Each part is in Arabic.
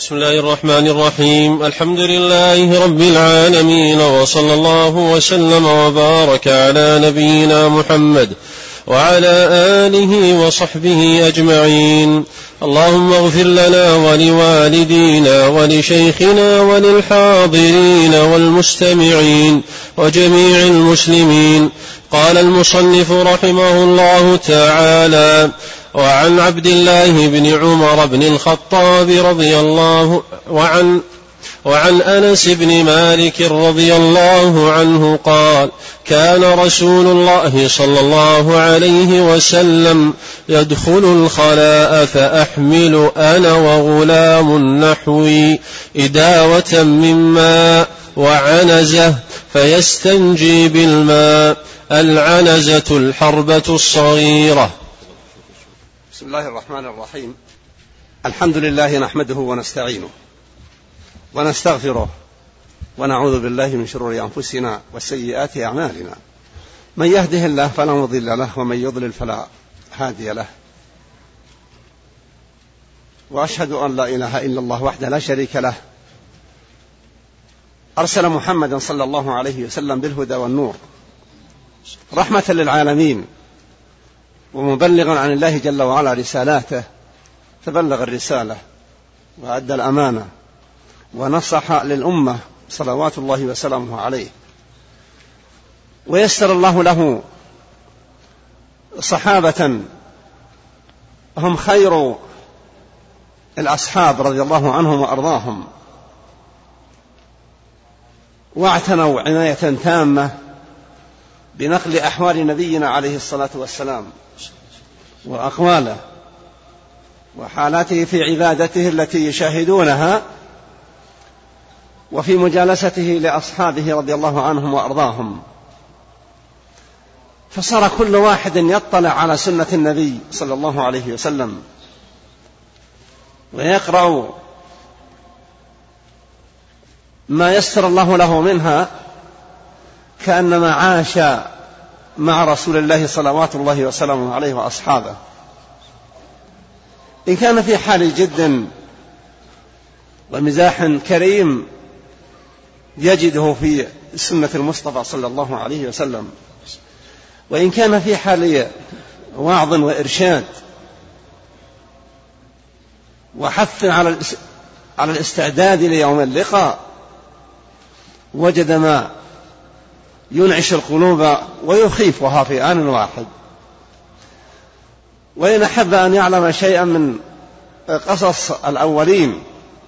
بسم الله الرحمن الرحيم. الحمد لله رب العالمين، وصلى الله وسلم وبارك على نبينا محمد وعلى آله وصحبه أجمعين. اللهم اغفر لنا ولوالدينا ولشيخنا وللحاضرين والمستمعين وجميع المسلمين. قال المصنف رحمه الله تعالى: وعن عبد الله بن عمر بن الخطاب رضي الله وعن أنس بن مالك رضي الله عنه قال: كان رسول الله صلى الله عليه وسلم يدخل الخلاء فأحمل أنا وغلام نحوي إداوة من ماء وعنزة فيستنجي بالماء. العنزة الحربة الصغيرة. بسم الله الرحمن الرحيم. الحمد لله نحمده ونستعينه ونستغفره ونعوذ بالله من شرور أنفسنا وسيئات أعمالنا. من يهده الله فلا مضل له ومن يضلل فلا هادي له. وأشهد أن لا إله إلا الله وحده لا شريك له، أرسل محمدا صلى الله عليه وسلم بالهدى والنور رحمة للعالمين ومبلغا عن الله جل وعلا رسالاته، فبلغ الرسالة وأدى الأمانة ونصح للأمة صلوات الله وسلامه عليه، ويسر الله له صحابة هم خير الأصحاب رضي الله عنهم وأرضاهم، واعتنوا عناية تامة بنقل أحوال نبينا عليه الصلاة والسلام وأقواله وحالاته في عبادته التي يشاهدونها وفي مجالسته لأصحابه رضي الله عنهم وأرضاهم. فصار كل واحد يطلع على سنة النبي صلى الله عليه وسلم ويقرأ ما يسر الله له منها، كأنما عاش مع رسول الله صلوات الله وسلامه عليه وأصحابه. إن كان في حال جد ومزاح كريم يجده في سنة المصطفى صلى الله عليه وسلم، وإن كان في حال وعظ وإرشاد وحث على الاستعداد ليوم اللقاء، وجد ما ينعش القلوب ويخيفها في آن واحد. وإن أحب أن يعلم شيئا من قصص الأولين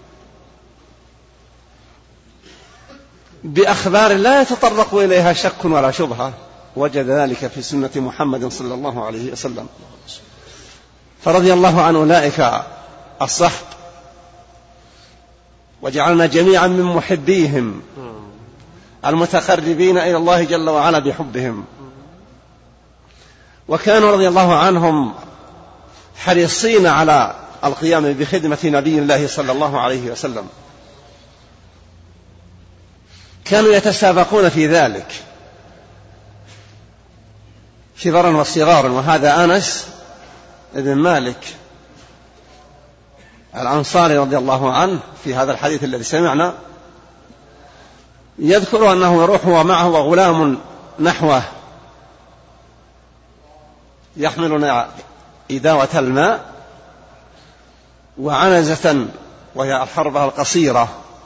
بأخبار لا يتطرق إليها شك ولا شبهة، وجد ذلك في سنة محمد صلى الله عليه وسلم. فرضي الله عن أولئك الصحب، وجعلنا جميعا من محبيهم المتقربين إلى الله جل وعلا بحبهم. وكانوا رضي الله عنهم حريصين على القيام بخدمة نبي الله صلى الله عليه وسلم، كانوا يتسابقون في ذلك كبرا وصغارا. وهذا أنس بن مالك الأنصاري رضي الله عنه في هذا الحديث الذي سمعنا يذكر أنه يروح ومعه وغلام نحوه يحملنا إداوة الماء وعنزة، وهي الحربة القصيرة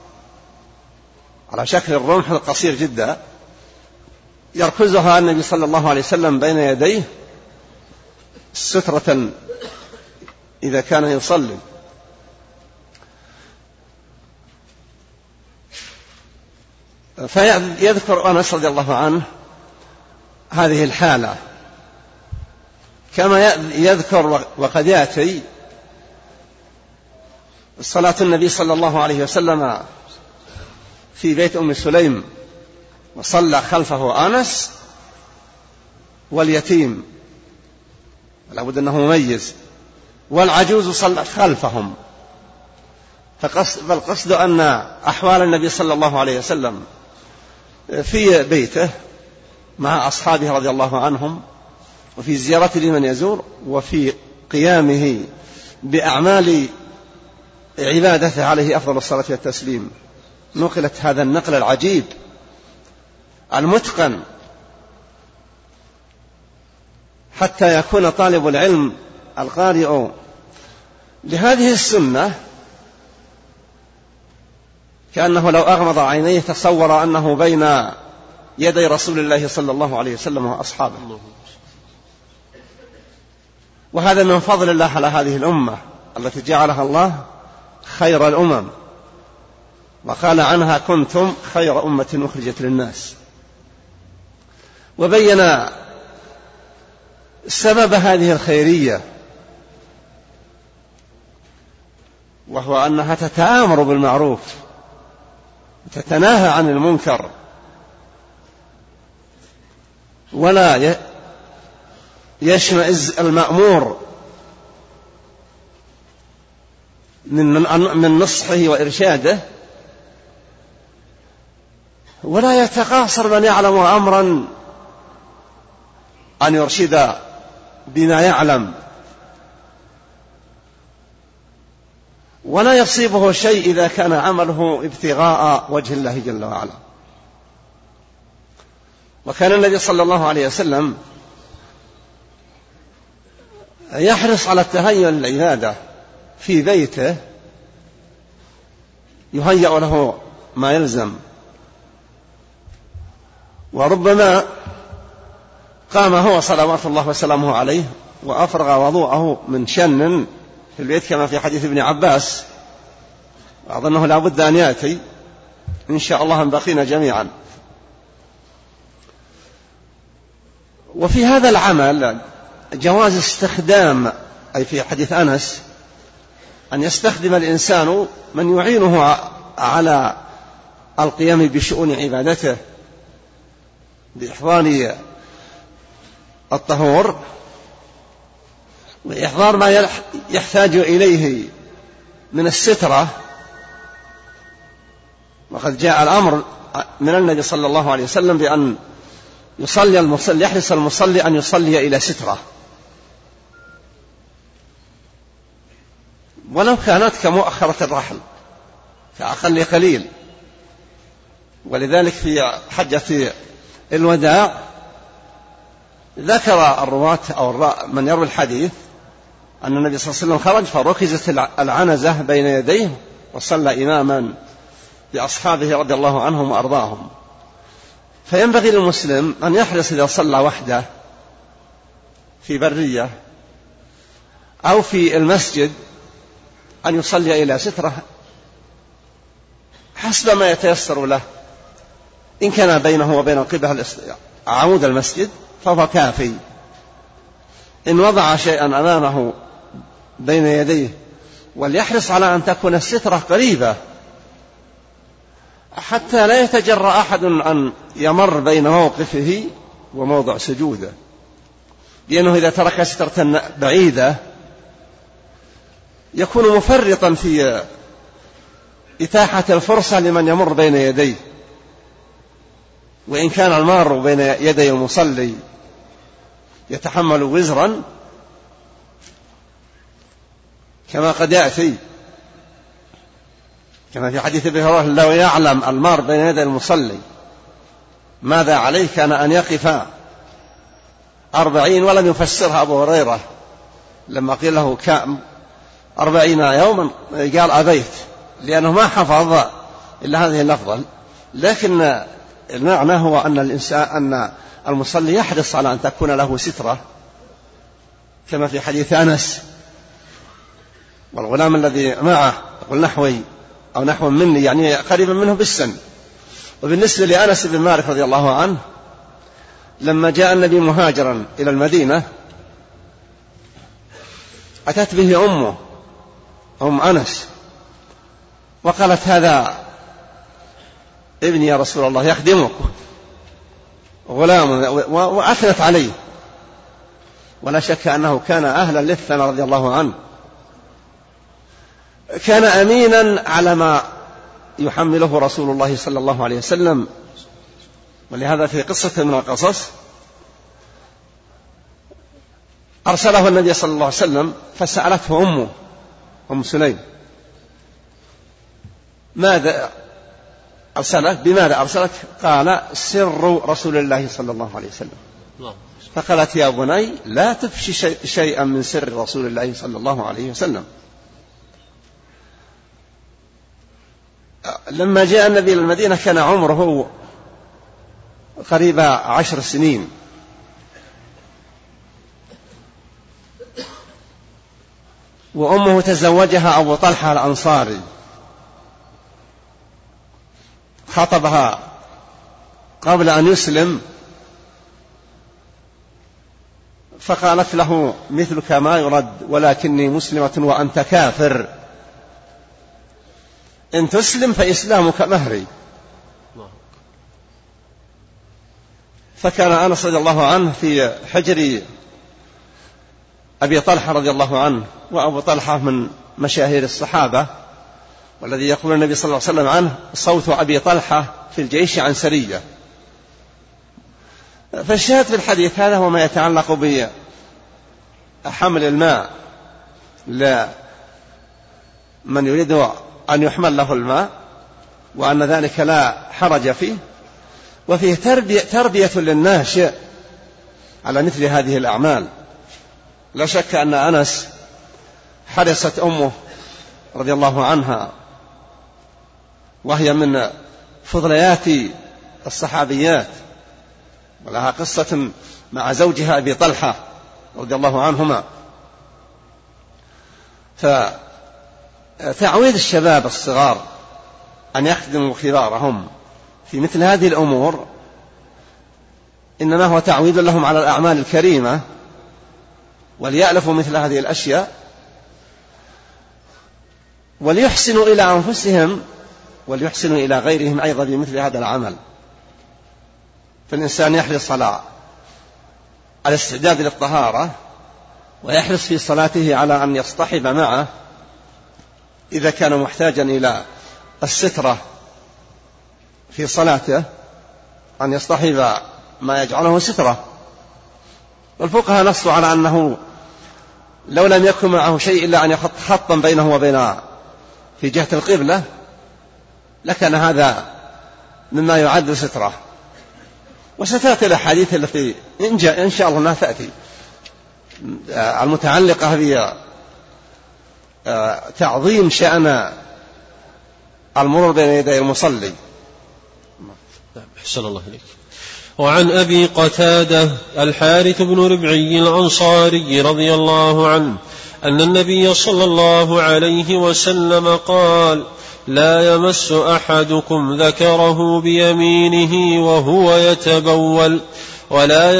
على شكل الرمح القصير جدا، يركزها النبي صلى الله عليه وسلم بين يديه سترة إذا كان يصلي. فيذكر أنس رضي الله عنه هذه الحالة، كما يذكر وقد يأتي صلاة النبي صلى الله عليه وسلم في بيت أم سليم وصلى خلفه أنس واليتيم، لابد أنه مميز، والعجوز صلت خلفهم. فالقصد أن أحوال النبي صلى الله عليه وسلم في بيته مع أصحابه رضي الله عنهم، وفي زيارته لمن يزور، وفي قيامه بأعمال عبادته عليه أفضل الصلاة والتسليم. نقلت هذا النقل العجيب المتقن حتى يكون طالب العلم القارئ لهذه السنة كأنه لو أغمض عينيه تصور أنه بين يدي رسول الله صلى الله عليه وسلم وأصحابه. وهذا من فضل الله على هذه الأمة التي جعلها الله خير الأمم، وقال عنها كنتم خير أمة أخرجت للناس، وبين سبب هذه الخيرية، وهو أنها تتآمر بالمعروف وتتناهى عن المنكر، ولا يشمئز المأمور من نصحه وإرشاده، ولا يتقاصر من يعلم أمرا أن يرشد بما يعلم، ولا يصيبه شيء إذا كان عمله ابتغاء وجه الله جل وعلا. وكان النبي صلى الله عليه وسلم يحرص على التهيؤ للعبادة في بيته، يهيأ له ما يلزم، وربما قام هو صلوات الله وسلامه عليه وأفرغ وضوءه من شن في البيت كما في حديث ابن عباس، وأظنه لا بد أن يأتي إن شاء الله أن بقينا جميعا. وفي هذا العمل جواز استخدام، أي في حديث أنس أن يستخدم الإنسان من يعينه على القيام بشؤون عبادته بإحضار الطهور وإحضار ما يحتاج إليه من السترة. وقد جاء الأمر من النبي صلى الله عليه وسلم بأن يصلي المصلي، يحرص المصلي أن يصلي إلى سترة ولو كانت كمؤخرة الرحل كأقل قليل. ولذلك في حجة الوداع ذكر الرواة أو من يروي الحديث أن النبي صلى الله عليه وسلم خرج فركزت العنزة بين يديه وصلى إماما بأصحابه رضي الله عنهم وأرضاهم. فينبغي للمسلم أن يحرص إذا صلى وحده في برية أو في المسجد أن يصلي إلى سترة حسب ما يتيسر له. إن كان بينه وبين القبلة عمود المسجد فهو كافي. إن وضع شيئا أمامه بين يديه وليحرص على أن تكون السترة قريبة حتى لا يتجرأ أحد أن يمر بين موقفه وموضع سجوده، لأنه إذا ترك سترة بعيدة يكون مفرطا في إتاحة الفرصة لمن يمر بين يديه. وإن كان المار بين يدي المصلي يتحمل وزرا كما قد يأتي كما في حديث ابي هريرة لو يعلم المار بين يدي المصلي ماذا عليه كان أن يقف 40. ولم يفسرها أبو هريرة لما قيل له 40 يوما قال أبيت، لأنه ما حفظ إلا هذه اللفظة. لكن المعنى هو أن المصلي يحرص على أن تكون له سترة كما في حديث أنس والغلام الذي معه يقول نحوي أو نحو مني، يعني قريبا منه بالسن. وبالنسبة لأنس بن مالك رضي الله عنه لما جاء النبي مهاجرا إلى المدينة أتت به أمه أم أنس وقالت هذا ابني يا رسول الله يخدمك غلام، وأثنت عليه. ولا شك أنه كان أهلا للثناء رضي الله عنه، كان أمينا على ما يحمله رسول الله صلى الله عليه وسلم. ولهذا في قصة من القصص أرسله النبي صلى الله عليه وسلم فسألته أم سليم ماذا أرسلك؟ بماذا أرسلك؟ قال سر رسول الله صلى الله عليه وسلم. فقالت يا بني لا تفشي شيئا من سر رسول الله صلى الله عليه وسلم. لما جاء النبي إلى المدينة كان عمره قريب 10 سنين، وأمه تزوجها أبو طلحة الأنصاري، خطبها قبل أن يسلم، فقالت له مثلك ما يرد ولكني مسلمة وأنت كافر، إن تسلم فإسلامك مهري. فكان أنس رضي الله عنه في حجر أبي طلحة رضي الله عنه، وأبو طلحة من مشاهير الصحابة، والذي يقول النبي صلى الله عليه وسلم عنه صوت أبي طلحة في الجيش عن سرية. فالشاهد في الحديث هذا هو ما يتعلق بحمل الماء لمن يريد أن يحمل له الماء، وأن ذلك لا حرج فيه، وفيه تربية للناشئ على مثل هذه الأعمال. لا شك أن أنس حرصت أمه رضي الله عنها، وهي من فضليات الصحابيات، ولها قصة مع زوجها أبي طلحة رضي الله عنهما. فتعويد الشباب الصغار أن يخدموا كبارهم في مثل هذه الأمور إنما هو تعويد لهم على الأعمال الكريمة، وليألفوا مثل هذه الأشياء، وليحسنوا إلى أنفسهم وليحسنوا إلى غيرهم أيضا بمثل هذا العمل. فالإنسان يحرص على الاستعداد للطهارة، ويحرص في صلاته على أن يصطحب معه إذا كان محتاجا إلى السترة في صلاته أن يصطحب ما يجعله سترة. والفقهاء نصوا على أنه لو لم يكن معه شيء إلا أن يخط خطا بينه وبين في جهة القبلة لكان هذا مما يعد سترة. وستأتي الأحاديث التي إن شاء الله أنها تأتي المتعلقة بتعظيم شأن المرور بين يدي المصلي. أحسن الله إليك. وعن أبي قتادة الحارث بن ربعي الأنصاري رضي الله عنه أن النبي صلى الله عليه وسلم قال: لا يمس أحدكم ذكره بيمينه وهو يتبول، ولا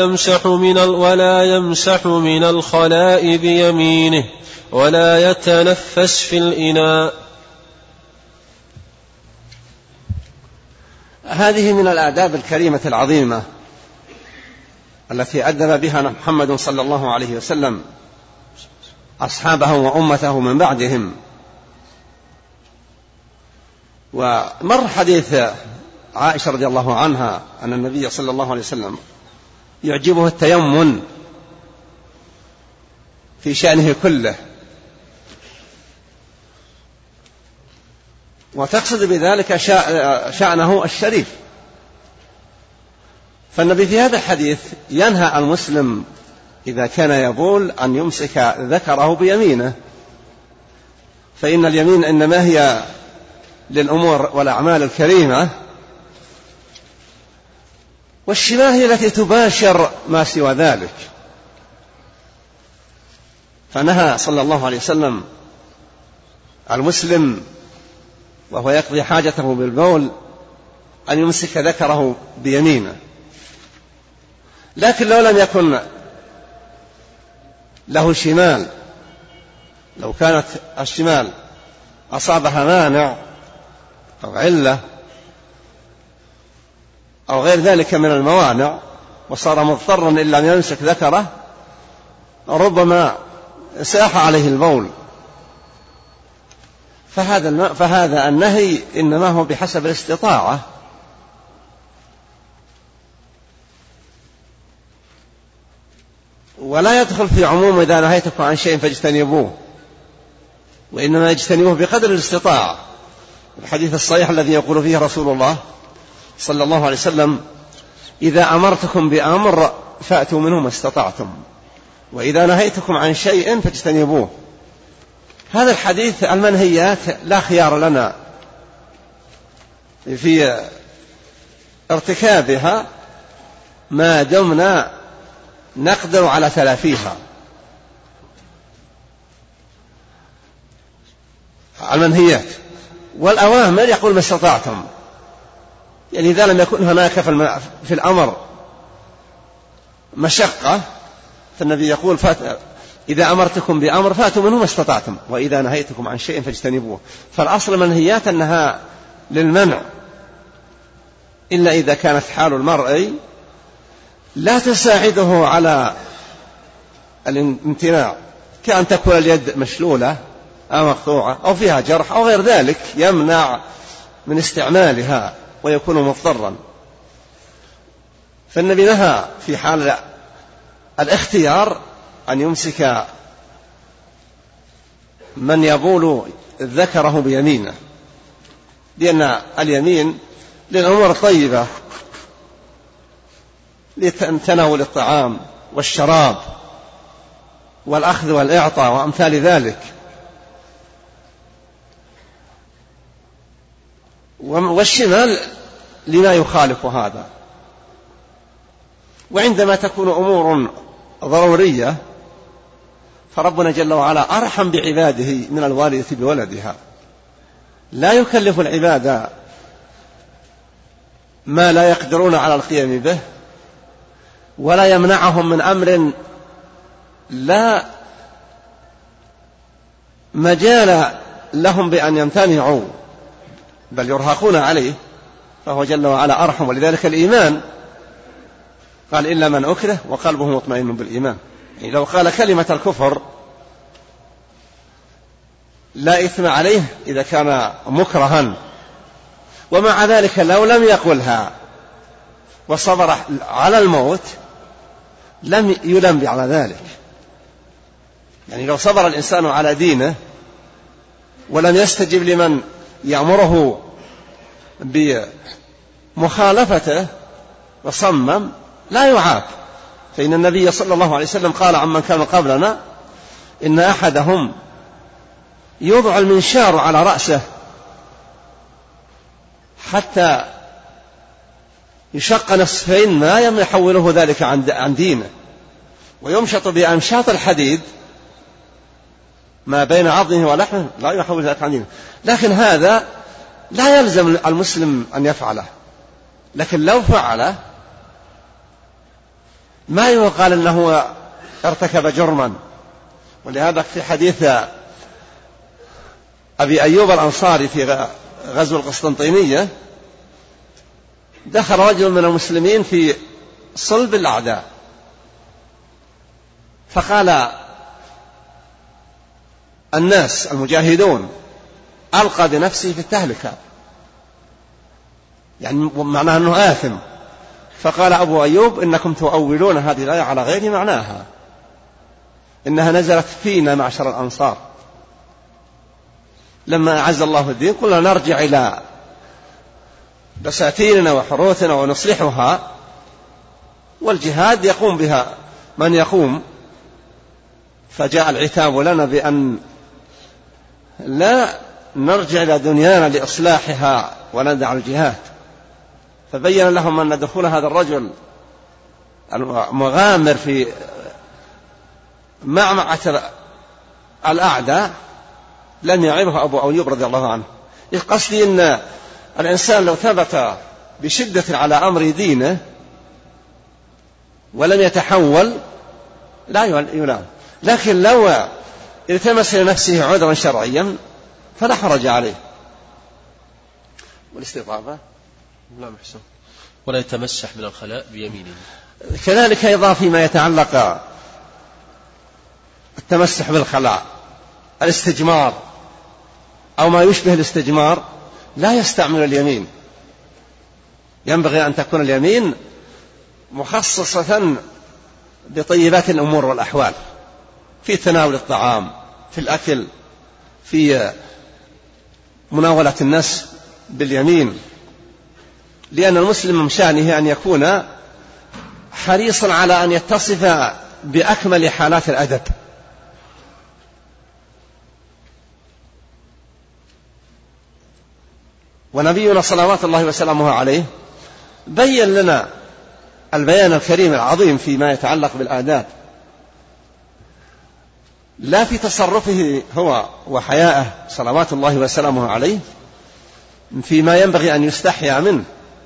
يمسح من الخلاء بيمينه، ولا يتنفس في الإناء. هذه من الآداب الكريمة العظيمة التي أدب بها محمد صلى الله عليه وسلم أصحابه وأمته من بعدهم. ومر حديث عائشة رضي الله عنها أن النبي صلى الله عليه وسلم يعجبه التيمن في شأنه كله، وتقصد بذلك شأنه الشريف. فالنبي في هذا الحديث ينهى المسلم إذا كان يبول أن يمسك ذكره بيمينه، فإن اليمين إنما هي للأمور والأعمال الكريمة، والشمال هي التي تباشر ما سوى ذلك. فنهى صلى الله عليه وسلم المسلم وهو يقضي حاجته بالبول أن يمسك ذكره بيمينه. لكن لو لم يكن له شمال، لو كانت الشمال أصابها مانع أو علة أو غير ذلك من الموانع وصار مضطرا إلا أن يمسك ذكره، ربما ساح عليه البول. فهذا النهي إنما هو بحسب الاستطاعة، ولا يدخل في عموم إذا نهيتكم عن شيء فاجتنبوه، وإنما يجتنبوه بقدر الاستطاعة. الحديث الصحيح الذي يقول فيه رسول الله صلى الله عليه وسلم: إذا أمرتكم بأمر فأتوا منه ما استطعتم، وإذا نهيتكم عن شيء فاجتنبوه. هذا الحديث المنهيات لا خيار لنا في ارتكابها ما دمنا نقدر على تلافيها. المنهيات والأوامر يقول ما استطعتم، يعني إذا لم يكن هناك في الأمر مشقة فالنبي يقول إذا أمرتكم بأمر فأتوا منه ما استطعتم، وإذا نهيتكم عن شيء فاجتنبوه. فالأصل المنهيات أنها للمنع، إلا إذا كانت حال المرء لا تساعده على الامتناع، كأن تكون اليد مشلولة أو مقطوعة أو فيها جرح أو غير ذلك يمنع من استعمالها ويكون مضطرا. فالنبي نهى في حال الاختيار أن يمسك من يبول ذكره بيمينه، لأن اليمين للأمور الطيبة، لتناول الطعام والشراب والأخذ والإعطاء وأمثال ذلك. والشمال لما يخالف هذا. وعندما تكون أمور ضرورية فربنا جل وعلا أرحم بعباده من الوالدة بولدها، لا يكلف العباد ما لا يقدرون على القيام به، ولا يمنعهم من أمر لا مجال لهم بأن يمتنعوا بل يرهقون عليه، فهو جل وعلا أرحم. ولذلك الإيمان قال إلا من أكره وقلبه مطمئن بالإيمان، يعني لو قال كلمة الكفر لا إثم عليه إذا كان مكرها، ومع ذلك لو لم يقلها وصبر على الموت لم يلم على ذلك. يعني لو صبر الإنسان على دينه ولم يستجب لمن يأمره بمخالفته وصمم لا يعاق. فإن النبي صلى الله عليه وسلم قال عمن كان قبلنا: إن أحدهم يوضع المنشار على رأسه حتى يشق نصفين ما يحوله ذلك عن دينه، ويمشط بأمشاط الحديد ما بين عظمه ولحمه لا يحول ذلك عن دينه. لكن هذا لا يلزم المسلم أن يفعله، لكن لو فعله ما يقال أنه ارتكب جرما. ولهذا في حديث أبي أيوب الأنصاري في غزو القسطنطينية دخل رجل من المسلمين في صلب الأعداء، فقال الناس المجاهدون: ألقى بنفسه في التهلكة، يعني معناه أنه آثم. فقال أبو أيوب: إنكم تؤولون هذه الآية على غير معناها، إنها نزلت فينا معشر الأنصار، لما أعز الله الدين قلنا نرجع إلى بساتيننا وحروثنا ونصلحها، والجهاد يقوم بها من يقوم. فجاء العتاب لنا بأن لا نرجع إلى دنيانا لإصلاحها وندع الجهاد. فبين لهم أن دخول هذا الرجل المغامر في معمعة الأعداء لم يعبه أبو أيوب رضي الله عنه. قصدي أن الإنسان لو ثبت بشدة على أمر دينه ولم يتحول لا يلام، لكن لو التمس لنفسه عذرا شرعيا فلا حرج عليه. والاستطابة لا محسن، ولا يتمسح من الخلاء بيمينه. كذلك أيضا فيما يتعلق التمسح بالخلاء، الاستجمار أو ما يشبه الاستجمار لا يستعمل اليمين، ينبغي أن تكون اليمين مخصصة بطيبات الأمور والأحوال، في تناول الطعام، في الأكل، في مناولة الناس باليمين، لأن المسلم من شأنه أن يكون حريصا على أن يتصف بأكمل حالات الأدب. ونبينا صلوات الله وسلامه عليه بين لنا البيان الكريم العظيم فيما يتعلق بالآداب، لا في تصرفه هو وحياءه صلوات الله وسلامه عليه فيما ينبغي أن يستحيا منه،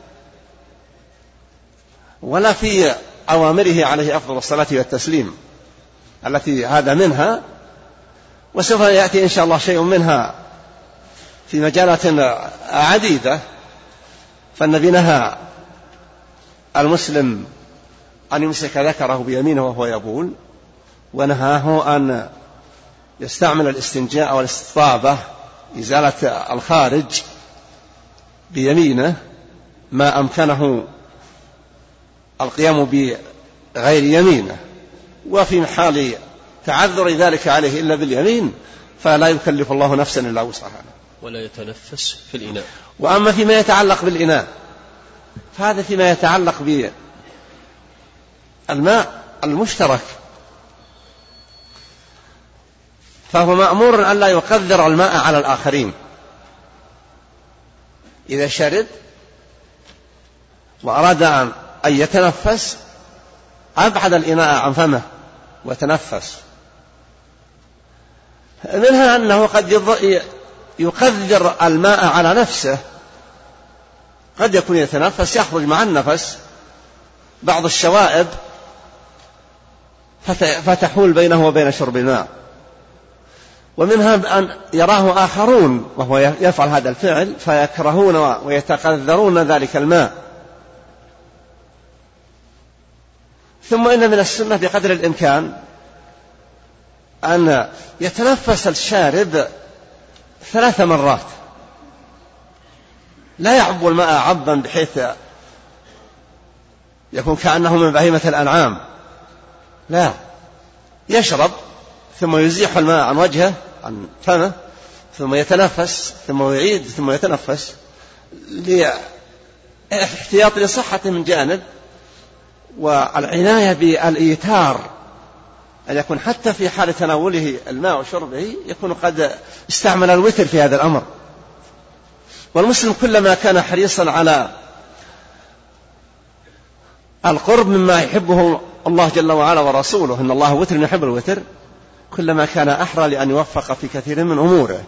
ولا في أوامره عليه أفضل الصلاة والتسليم التي هذا منها، وسوف يأتي إن شاء الله شيء منها في مجالات عديدة. فالنبي نهى المسلم أن يمسك ذكره بيمينه وهو يبول، ونهاه أن يستعمل الاستنجاء والاستطابة إزالة الخارج بيمينه ما أمكنه القيام بغير يمينه، وفي حال تعذر ذلك عليه إلا باليمين فلا يكلف الله نفسا إلا وسعها. ولا يتنفس في الإناء. وأما فيما يتعلق بالإناء فهذا فيما يتعلق بالماء المشترك، فهو مأمور أن لا يقدر الماء على الآخرين. إذا شرب وأراد أن يتنفس أبعد الإناء عن فمه وتنفس. منها أنه قد يقدر الماء على نفسه، قد يكون يتنفس يخرج مع النفس بعض الشوائب فتحول بينه وبين شرب الماء. ومنها أن يراه آخرون وهو يفعل هذا الفعل فيكرهون ويتقذرون ذلك الماء. ثم إن من السنة بقدر الإمكان أن يتنفس الشارب 3 مرات، لا يعب الماء عبا بحيث يكون كأنه من بهيمة الأنعام، لا، يشرب ثم يزيح الماء عن وجهه عن فمه ثم يتنفس ثم يعيد ثم يتنفس، لاحتياط لصحته من جانب، والعناية بالإيتار أن يكون حتى في حال تناوله الماء وشربه يكون قد استعمل الوتر في هذا الأمر. والمسلم كلما كان حريصا على القرب مما يحبه الله جل وعلا ورسوله، إن الله وتر يحب الوتر، كلما كان أحرى لأن يوفق في كثير من أموره.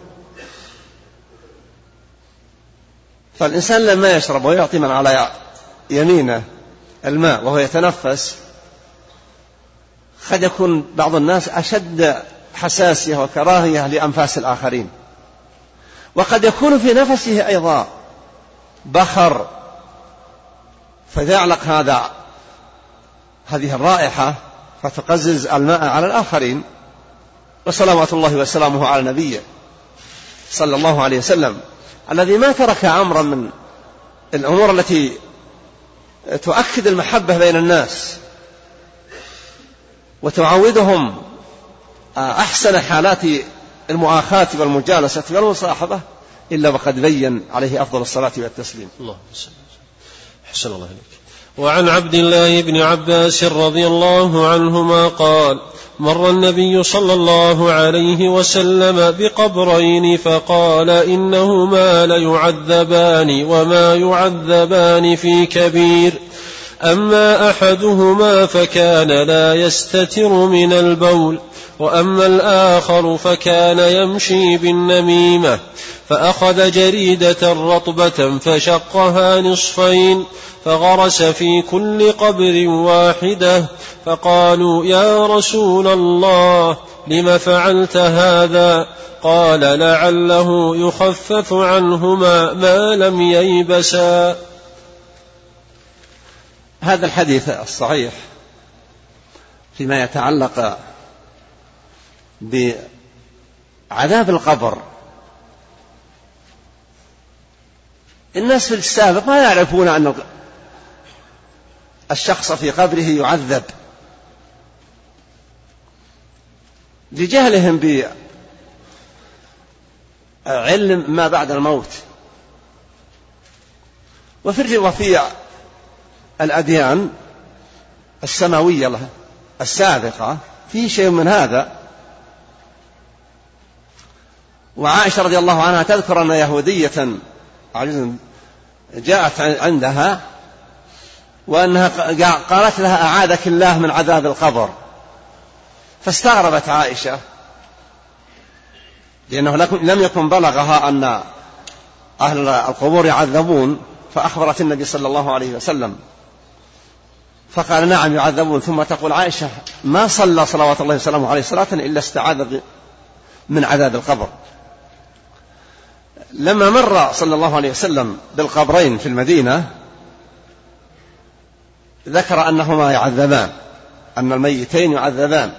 فالإنسان لما يشرب ويعطي من على يمينه الماء وهو يتنفس قد يكون بعض الناس أشد حساسية وكراهية لأنفاس الآخرين، وقد يكون في نفسه أيضا بخر فيعلق هذه الرائحة فتقزز الماء على الآخرين. وصلوات الله وسلامه على نبيه صلى الله عليه وسلم الذي ما ترك أمرا من الأمور التي تؤكد المحبة بين الناس وتعودهم أحسن حالات المؤاخاة والمجالسة والمصاحبة إلا وقد بين عليه أفضل الصلاة والتسليم. الله حسن الله عليك. وعن عبد الله بن عباس رضي الله عنهما قال: مر النبي صلى الله عليه وسلم بقبرين فقال: إنهما ليعذبان وما يعذبان في كبير، أما أحدهما فكان لا يستتر من البول، وأما الآخر فكان يمشي بالنميمة، فأخذ جريدة رطبة فشقها نصفين فغرس في كل قبر واحدة، فقالوا: يا رسول الله لم فعلت هذا؟ قال: لعله يخفف عنهما ما لم ييبسا. هذا الحديث الصحيح فيما يتعلق بعذاب القبر، الناس في السابق ما يعرفون أن الشخص في قبره يعذب لجهلهم علم ما بعد الموت. وفي الأديان السماوية السابقة في شيء من هذا. وعائشة رضي الله عنها تذكر أن يهودية جاءت عندها وأنها قالت لها أعاذك الله من عذاب القبر، فاستغربت عائشة لأنه لم يكن بلغها أن أهل القبور يعذبون، فأخبرت النبي صلى الله عليه وسلم فقال نعم يعذبون. ثم تقول عائشة ما صلى صلوات الله وسلامه عليه صلاة إلا استعاذ من عذاب القبر. لما مر صلى الله عليه وسلم بالقبرين في المدينة ذكر أنهما يعذبان، أن الميتين يعذبان،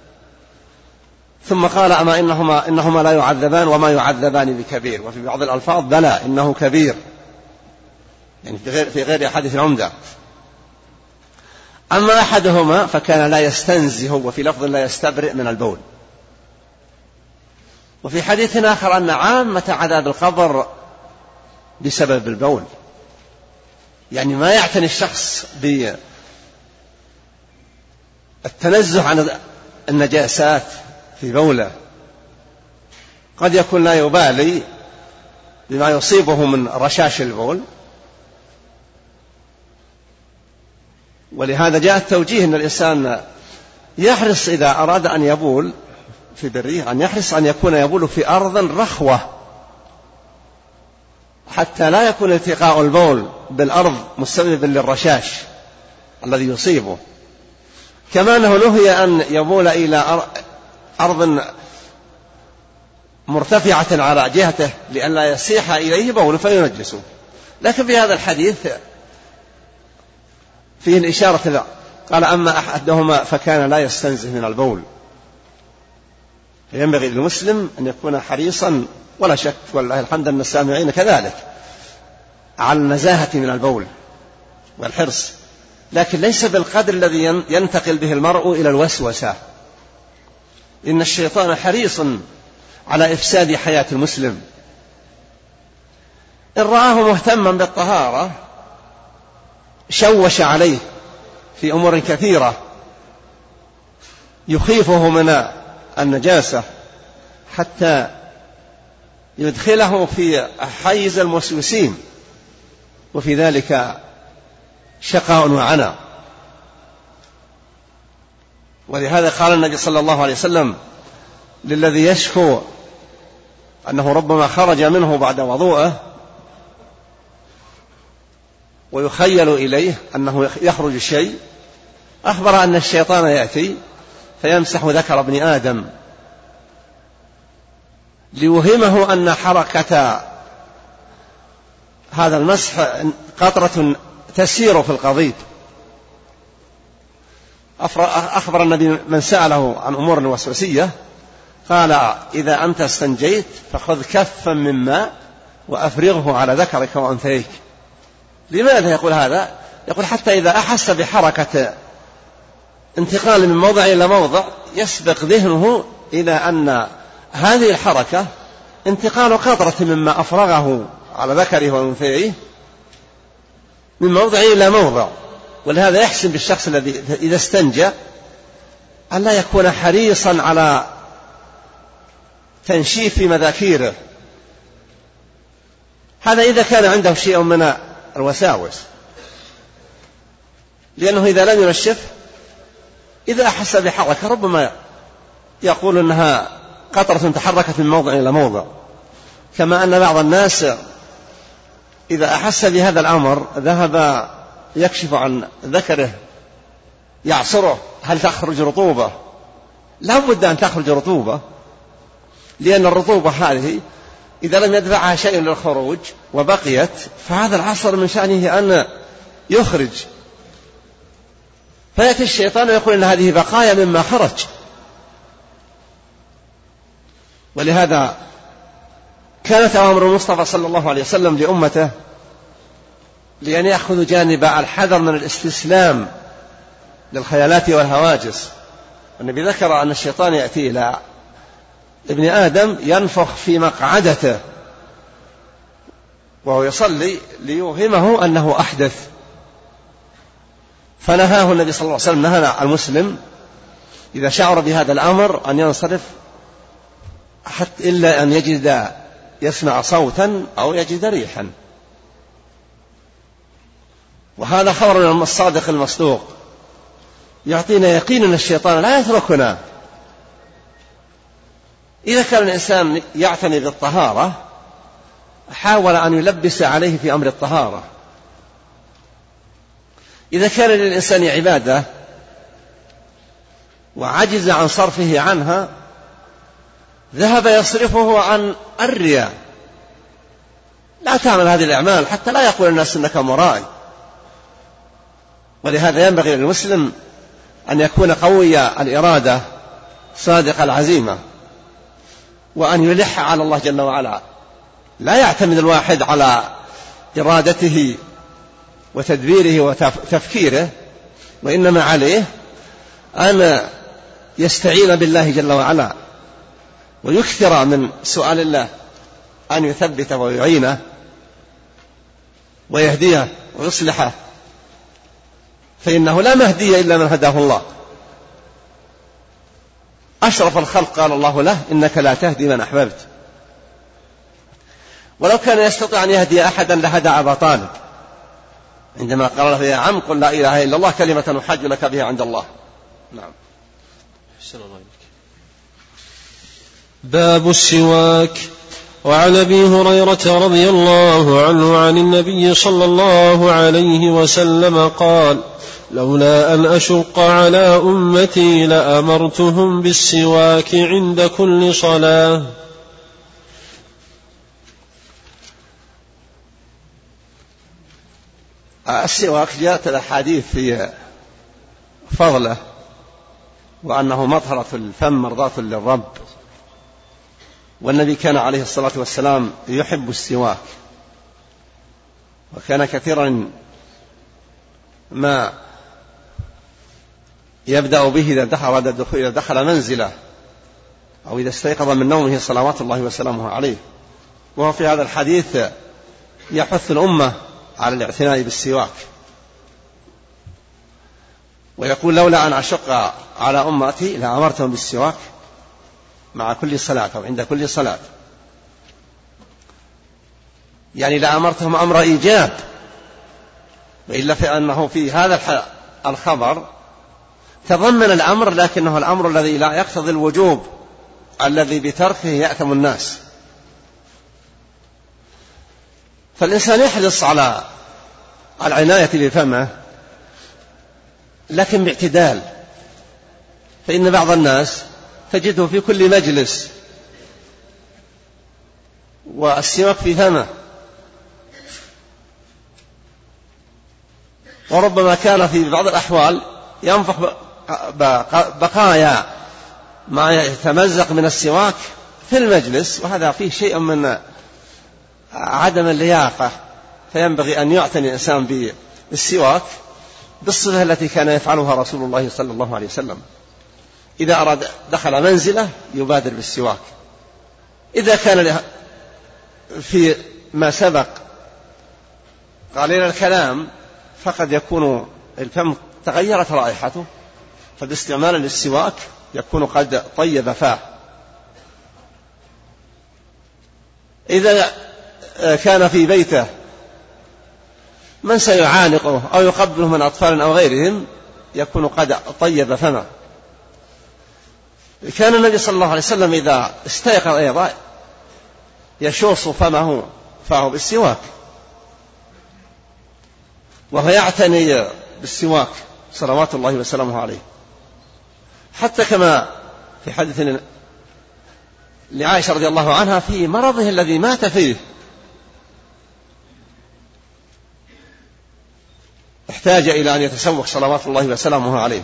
ثم قال أما إنهما لا يعذبان وما يعذبان بكبير، وفي بعض الألفاظ بلى إنه كبير، يعني في غير حديث العمدة. أما أحدهما فكان لا يستنزه، وفي لفظ لا يستبرئ من البول. وفي حديث آخر أن عامة عذاب القبر بسبب البول، يعني ما يعتني الشخص بالتنزه عن النجاسات في بوله، قد يكون لا يبالي بما يصيبه من رشاش البول. ولهذا جاء التوجيه أن الإنسان يحرص إذا أراد أن يبول في بريه أن يحرص أن يكون يبول في أرض رخوة، حتى لا يكون التقاء البول بالأرض مسببا للرشاش الذي يصيبه. كما أنه نهي أن يبول إلى أرض مرتفعة على جهته لئلا يسيح إليه بول فينجسه. لكن في هذا الحديث فيه الإشارة له، قال أما أحدهما فكان لا يستنزه من البول. ينبغي للمسلم أن يكون حريصا، ولا شك والله الحمد أن السامعين كذلك، على النزاهة من البول والحرص، لكن ليس بالقدر الذي ينتقل به المرء إلى الوسوسة، إن الشيطان حريص على إفساد حياة المسلم. إن رآه مهتما بالطهارة شوش عليه في أمور كثيرة يخيفه من النجاسة حتى يدخله في حيز الموسوسين، وفي ذلك شقاء وعنى. ولهذا قال النبي صلى الله عليه وسلم للذي يشكو أنه ربما خرج منه بعد وضوءه ويخيل إليه أنه يخرج شيء، أخبر أن الشيطان يأتي فيمسح ذكر ابن آدم ليوهمه أن حركة هذا المسح قطرة تسير في القضيب. أخبر النبي من سأله عن أمور وسوسية قال إذا أنت استنجيت فخذ كفا من ماء وأفرغه على ذكرك وأنثيك. لماذا يقول هذا؟ يقول حتى إذا أحس بحركة انتقال من موضع إلى موضع يسبق ذهنه إلى أن هذه الحركة انتقال قطرة مما أفرغه على ذكره وأنثيه من موضع إلى موضع. ولهذا يحسن بالشخص الذي إذا استنجى أن لا يكون حريصا على تنشيف مذاكيره، هذا إذا كان عنده شيء من الوساوس، لأنه إذا لم ينشف إذا أحس بحركة ربما يقول أنها قطرة تحركت من موضع إلى موضع. كما أن بعض الناس إذا أحس بهذا الأمر ذهب يكشف عن ذكره يعصره هل تخرج رطوبة. لا بد أن تخرج رطوبة، لأن الرطوبة هذه إذا لم يدفعها شيء للخروج وبقيت فهذا العصر من شأنه أن يخرج، فيأتي الشيطان ويقول إن هذه بقايا مما خرج. ولهذا كانت أوامر المصطفى صلى الله عليه وسلم لأمته لأن يأخذوا جانب الحذر من الاستسلام للخيالات والهواجس. النبي ذكر أن الشيطان يأتي إلى ابن آدم ينفخ في مقعدته وهو يصلي ليوهمه أنه أحدث، فنهاه النبي صلى الله عليه وسلم، نهى المسلم إذا شعر بهذا الأمر أن ينصرف حتى إلا أن يجد يسمع صوتا أو يجد ريحا. وهذا خبر من الصادق المصدوق يعطينا يقين أن الشيطان لا يتركنا. إذا كان الإنسان يعتني بالطهارة حاول أن يلبس عليه في أمر الطهارة. إذا كان للإنسان عبادة وعجز عن صرفه عنها ذهب يصرفه عن الرياء. لا تعمل هذه الأعمال حتى لا يقول الناس إنك مرائي. ولهذا ينبغي للمسلم أن يكون قوي الإرادة صادق العزيمة، وأن يلح على الله جل وعلا. لا يعتمد الواحد على إرادته وتدبيره وتفكيره، وإنما عليه أن يستعين بالله جل وعلا ويكثر من سؤال الله أن يثبته ويعينه ويهديه ويصلحه، فإنه لا مهدي إلا من هداه الله. أشرف الخلق قال الله له إنك لا تهدي من أحببت. ولو كان يستطيع أن يهدي أحدا لهدى أبا طالب عندما قال له يا عم قل لا إله إلا الله كلمة أحاج لك بها عند الله. نعم. باب السواك. وعن أبي هريرة رضي الله عنه عن النبي صلى الله عليه وسلم قال لولا أن أشق على أمتي لأمرتهم بالسواك عند كل صلاة. السواك جاءت الأحاديث في فضله وأنه مطهرة الفم مرضاة للرب، والنبي كان عليه الصلاة والسلام يحب السواك، وكان كثيرا ما يبدأ به إذا دخل منزله أو إذا استيقظ من نومه صلوات الله وسلامه عليه. وهو في هذا الحديث يحث الأمة على الاعتناء بالسواك، ويقول لولا أن أشق على أمتي لأمرتهم بالسواك مع كل صلاة أو عند كل صلاة، يعني لأمرتهم أمر إيجاب. وإلا فإنه في هذا الخبر تضمن الأمر، لكنه الأمر الذي لا يقتضي الوجوب الذي بتركه يأثم الناس. فالإنسان يحرص على العناية بفمه لكن باعتدال، فإن بعض الناس تجده في كل مجلس والسواك في فمه، وربما كان في بعض الأحوال ينفخ بقايا ما يتمزق من السواك في المجلس، وهذا فيه شيء من عدم اللياقة. فينبغي أن يعتني الإنسان بالسواك بالصفة التي كان يفعلها رسول الله صلى الله عليه وسلم. إذا أراد دخل منزله يبادر بالسواك. إذا كان في ما سبق قليل الكلام فقد يكون الفم تغيرت رائحته، فباستعمال للسواك يكون قد طيب فاه. إذا كان في بيته من سيعانقه أو يقبله من أطفال أو غيرهم يكون قد طيب فمه. كان النبي صلى الله عليه وسلم إذا استيقظ أيضا يشوص فاه بالسواك، وهو يعتني بالسواك صلوات الله وسلامه عليه، حتى كما في حديث لعائشة رضي الله عنها في مرضه الذي مات فيه احتاج إلى أن يتسوق صلوات الله وسلامه عليه.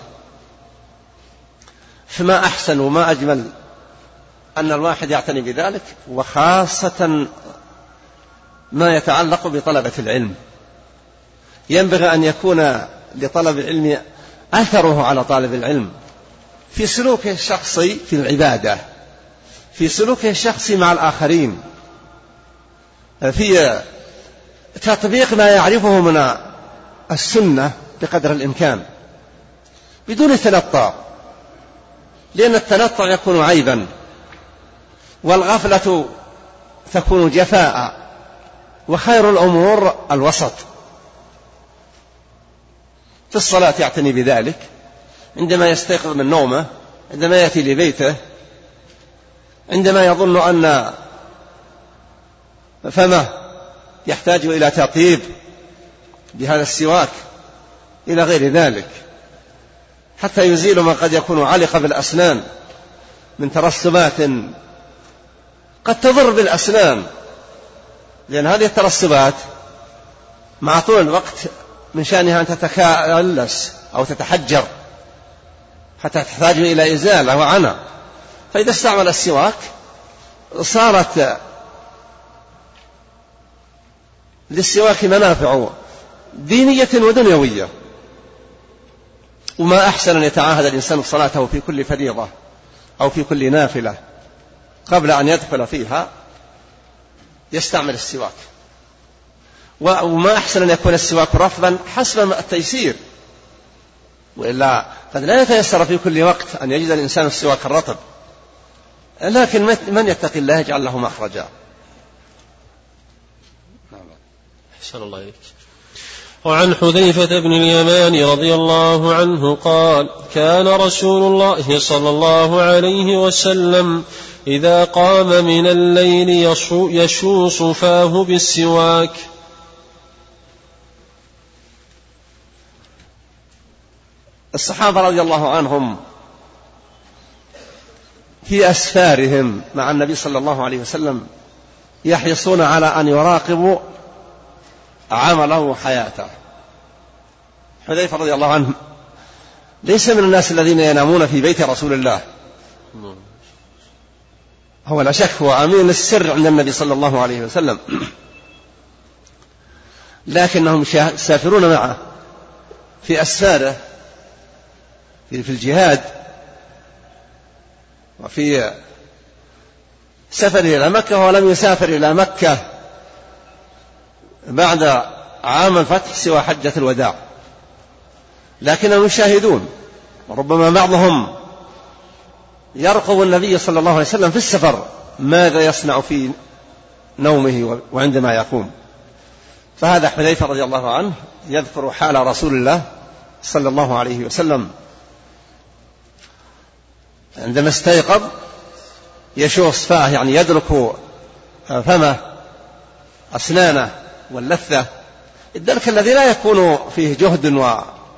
فما أحسن وما أجمل أن الواحد يعتني بذلك، وخاصة ما يتعلق بطلبة العلم. ينبغي أن يكون لطلب العلم أثره على طالب العلم في سلوكه الشخصي في العبادة، في سلوكه الشخصي مع الآخرين، في تطبيق ما يعرفه من السنة بقدر الإمكان بدون تنطع، لأن التنطع يكون عيبا والغفلة تكون جفاء، وخير الأمور الوسط. في الصلاة يعتني بذلك، عندما يستيقظ من نومه، عندما يأتي لبيته، عندما يظن أن فمه يحتاج إلى تطيب بهذا السواك إلى غير ذلك، حتى يزيل ما قد يكون علق بالأسنان من ترسبات قد تضر بالأسنان، لأن هذه الترسبات مع طول الوقت من شأنها أن تتكالس أو تتحجر حتى تحتاج إلى إزالة وعنى. فإذا استعمل السواك صارت للسواك منافع دينية ودنيوية. وما أحسن أن يتعاهد الإنسان صلاته في كل فريضة أو في كل نافلة قبل أن يدخل فيها يستعمل السواك. وما أحسن أن يكون السواك رطبا حسب التيسير، وإلا قد لا يتيسر في كل وقت أن يجد الإنسان السواك الرطب، لكن من يتقي الله يجعل له مخرجا. أحسن الله إليك. وعن حذيفة بن اليمان رضي الله عنه قال: كان رسول الله صلى الله عليه وسلم إذا قام من الليل يشوص فاه بالسواك. الصحابة رضي الله عنهم في أسفارهم مع النبي صلى الله عليه وسلم يحرصون على أن يراقبوا عمله وحياته. حذيفة رضي الله عنه ليس من الناس الذين ينامون في بيت رسول الله، هو لا شك هو أمين السر عند النبي صلى الله عليه وسلم، لكنهم سافرون معه في أسفاره في الجهاد وفي سفر إلى مكة، ولم يسافر إلى مكة بعد عام الفتح سوى حجة الوداع، لكنهم يشاهدون، وربما بعضهم يرقب النبي صلى الله عليه وسلم في السفر ماذا يصنع في نومه وعندما يقوم. فهذا حذيفة رضي الله عنه يذكر حال رسول الله صلى الله عليه وسلم عندما استيقظ يشوص فاه، يعني يدرك فمه أسنانه واللثة، الدرك الذي لا يكون فيه جهد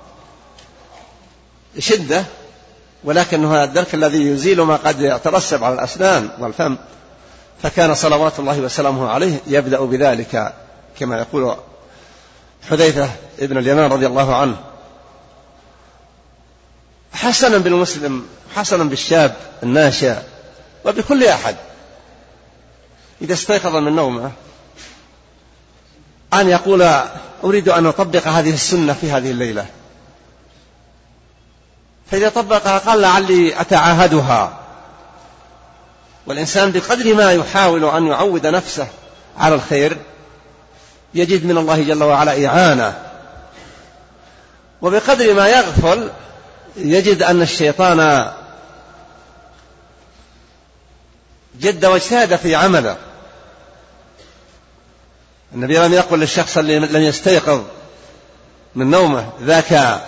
وشدة، ولكنه الدرك الذي يزيل ما قد يترسب على الأسنان والفم. فكان صلوات الله وسلامه عليه يبدأ بذلك كما يقول حذيفة ابن اليمان رضي الله عنه. حسنا بالمسلم، حسنا بالشاب الناشئ، وبكل أحد إذا استيقظ من نومه أن يقول: أريد أن أطبق هذه السنة في هذه الليلة. فإذا طبقها قال: لعلي أتعاهدها. والإنسان بقدر ما يحاول أن يعود نفسه على الخير يجد من الله جل وعلا إعانة، وبقدر ما يغفل يجد أن الشيطان جد واجتهد في عمله. النبي لم يقل للشخص الذي لم يستيقظ من نومه: ذاك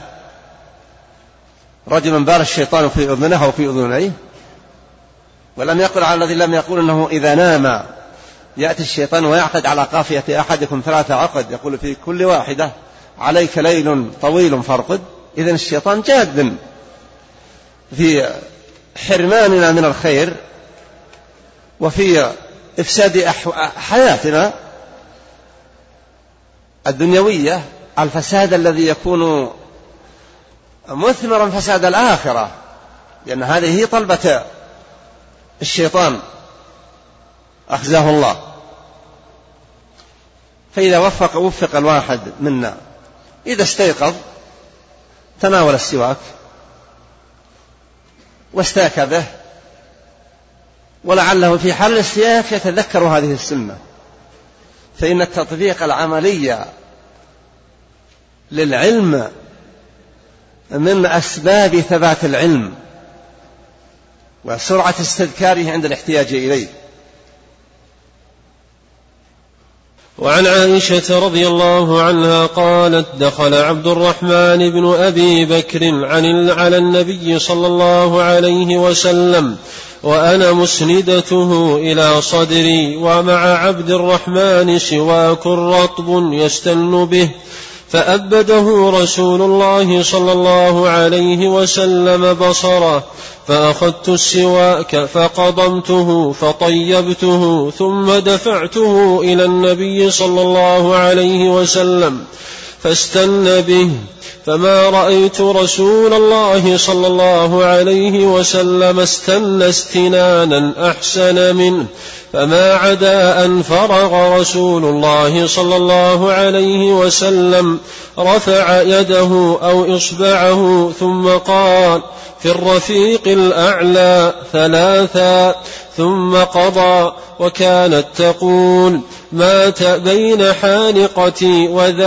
رجل بال الشيطان في أذنه أو في أذنيه، ولم يقل على الذي لم يقول أنه إذا نام يأتي الشيطان ويعقد على قافية أحدكم 3 عقد يقول في كل واحدة: عليك ليل طويل فارقد. إذن الشيطان جاد في حرماننا من الخير وفي إفساد حياتنا الدنيوية، الفساد الذي يكون مثمرا فساد الآخرة، لأن هذه هي طلبة الشيطان أخزاه الله. فإذا وفق الواحد منا إذا استيقظ تناول السواك واستاك به ولعله في حال الاستياك يتذكر هذه السنة، فإن التطبيق العملي للعلم من أسباب ثبات العلم وسرعة استذكاره عند الاحتياج إليه. وعن عائشة رضي الله عنها قالت: دخل عبد الرحمن بن أبي بكر على النبي صلى الله عليه وسلم وأنا مسندته إلى صدري، ومع عبد الرحمن سواك رطب يستن به، فأبده رسول الله صلى الله عليه وسلم بصره، فأخذت السواك فقضمته فطيبته ثم دفعته إلى النبي صلى الله عليه وسلم فاستن به، فما رأيت رسول الله صلى الله عليه وسلم استن استنانا أحسن منه، فما عدا أن فرغ رسول الله صلى الله عليه وسلم رفع يده أو إصبعه ثم قال: في الرفيق الأعلى ثلاثا، ثم قضى. وكانت تقول: مات بين حانقتي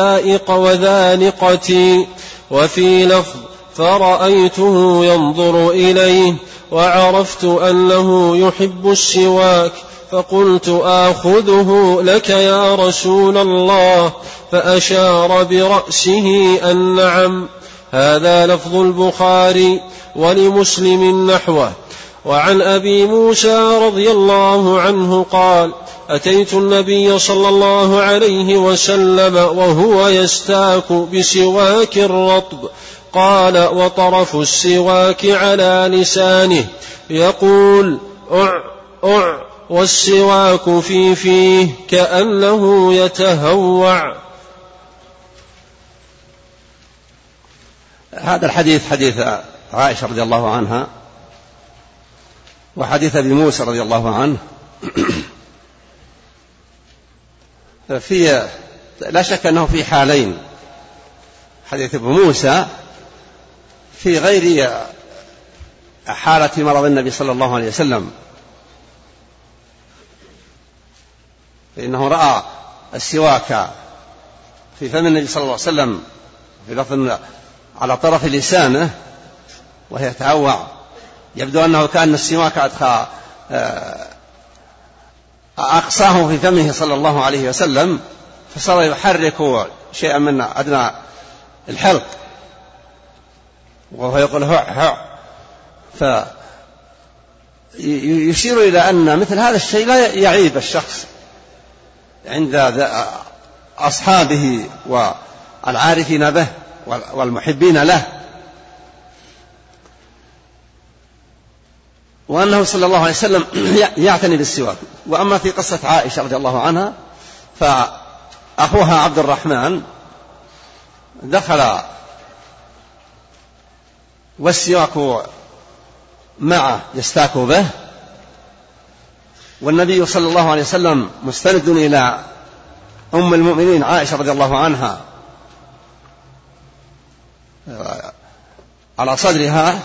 وذانقتي. وفي لفظ: فرأيته ينظر إليه وعرفت أنه يحب السواك، فقلت: آخذه لك يا رسول الله، فأشار برأسه أن نعم. هذا لفظ البخاري، ولمسلم نحوه. وعن أبي موسى رضي الله عنه قال: أتيت النبي صلى الله عليه وسلم وهو يستاك بسواك رطب، قال: وطرف السواك على لسانه يقول: أع أع، والسواك في فيه كأنه يتهوع. هذا الحديث حديث عائشة رضي الله عنها وحديث أبي موسى رضي الله عنه لا شك أنه في حالين. حديث أبو موسى في غير حالة مرض النبي صلى الله عليه وسلم، فإنه رأى السواك في فم النبي صلى الله عليه وسلم في لفظ على طرف لسانه وهي تهوع، يبدو أنه كان السواك أقصاه في فمه صلى الله عليه وسلم، فصار يحرك شيئا من أدنى الحلق وهو يقول هع هع، فيشير إلى أن مثل هذا الشيء لا يعيب الشخص عند أصحابه والعارفين به والمحبين له، وأنه صلى الله عليه وسلم يعتني بالسواك. وأما في قصة عائشة رضي الله عنها فأخوها عبد الرحمن دخل والسواك معه يستاك به، والنبي صلى الله عليه وسلم مستند إلى أم المؤمنين عائشة رضي الله عنها على صدرها،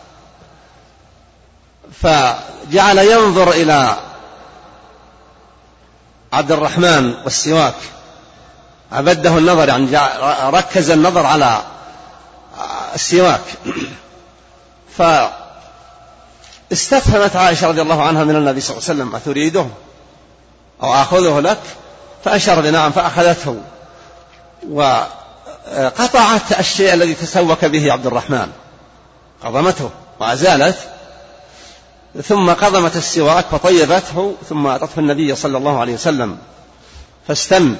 فجعل ينظر إلى عبد الرحمن والسواك، أبده النظر، يعني ركز النظر على السواك. فاستفهمت عائشة رضي الله عنها من النبي صلى الله عليه وسلم: أتريده أو أخذه لك؟ فأشار بنعم، فأخذته وقطعت الشيء الذي تسوك به عبد الرحمن، قضمته وأزالت، ثم قضمت السواك فطيبته، ثم أعطته النبي صلى الله عليه وسلم فاستن،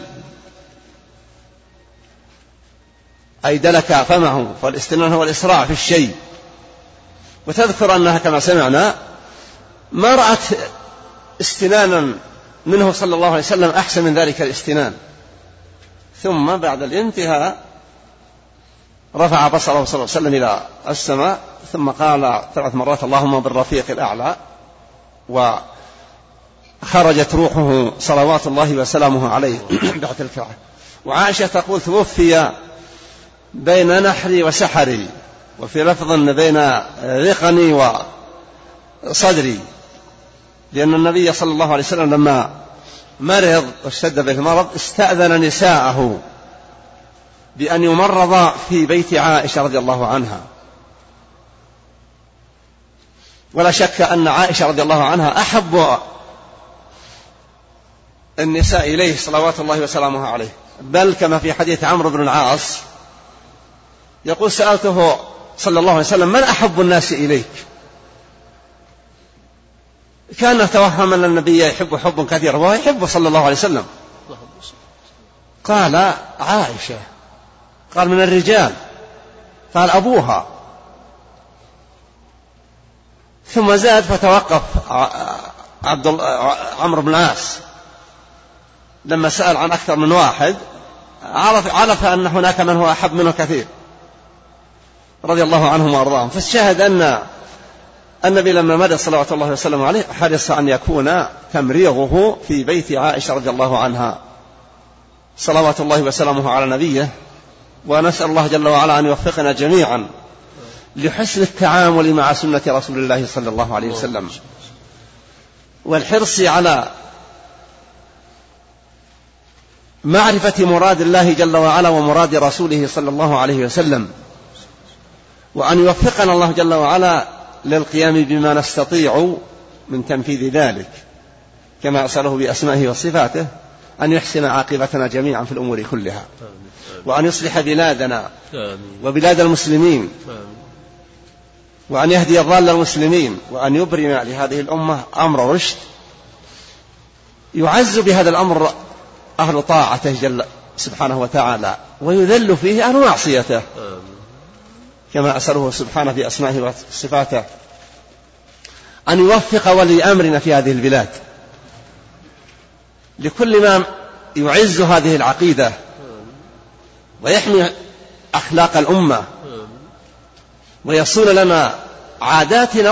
أي دلك فمه، فالاستنان هو الإسراع في الشيء. وتذكر أنها كما سمعنا ما رأت استنانا منه صلى الله عليه وسلم أحسن من ذلك الاستنان. ثم بعد الانتهاء رفع بصره صلى الله عليه وسلم إلى السماء، ثم قال 3 مرات: اللهم بالرفيق الأعلى، وخرجت روحه صلوات الله وسلامه عليه بعد تلك. وعائشة تقول: توفي بين نحري وسحري، وفي لفظ بين ذقني وصدري، لأن النبي صلى الله عليه وسلم لما مرض واشتد به المرض استأذن نساءه بأن يمرض في بيت عائشة رضي الله عنها. ولا شك أن عائشة رضي الله عنها أحب النساء إليه صلوات الله وسلامه عليه، بل كما في حديث عمرو بن العاص يقول سألته صلى الله عليه وسلم من أحب الناس إليك؟ كان توهم أن النبي يحب حب كثير وهو يحب صلى الله عليه وسلم. قال عائشة. قال من الرجال؟ قال أبوها. ثم زاد فتوقف عمرو بن العاص لما سأل عن أكثر من واحد عرف أن هناك من هو أحب منه كثير رضي الله عنهم وأرضاهم. فالشاهد أن النبي لما مدى صلوات الله وسلم عليه حرص أن يكون تمريضه في بيت عائشة رضي الله عنها صلوات الله وسلامه على نبيه. ونسأل الله جل وعلا أن يوفقنا جميعا لحسن التعامل مع سنة رسول الله صلى الله عليه وسلم، والحرص على معرفة مراد الله جل وعلا ومراد رسوله صلى الله عليه وسلم، وأن يوفقنا الله جل وعلا للقيام بما نستطيع من تنفيذ ذلك، كما أسأله بأسمائه وصفاته أن يحسن عاقبتنا جميعا في الأمور كلها، وأن يصلح بلادنا وبلاد المسلمين، وأن يهدي ضال المسلمين، وأن يبرم لهذه الأمة أمر رشد يعز بهذا الأمر أهل طاعته جل سبحانه وتعالى، ويذل فيه أهل معصيته، كما أسأله سبحانه في أسمائه وصفاته أن يوفق ولي أمرنا في هذه البلاد لكل ما يعز هذه العقيدة ويحمي أخلاق الأمة ويصون لنا عاداتنا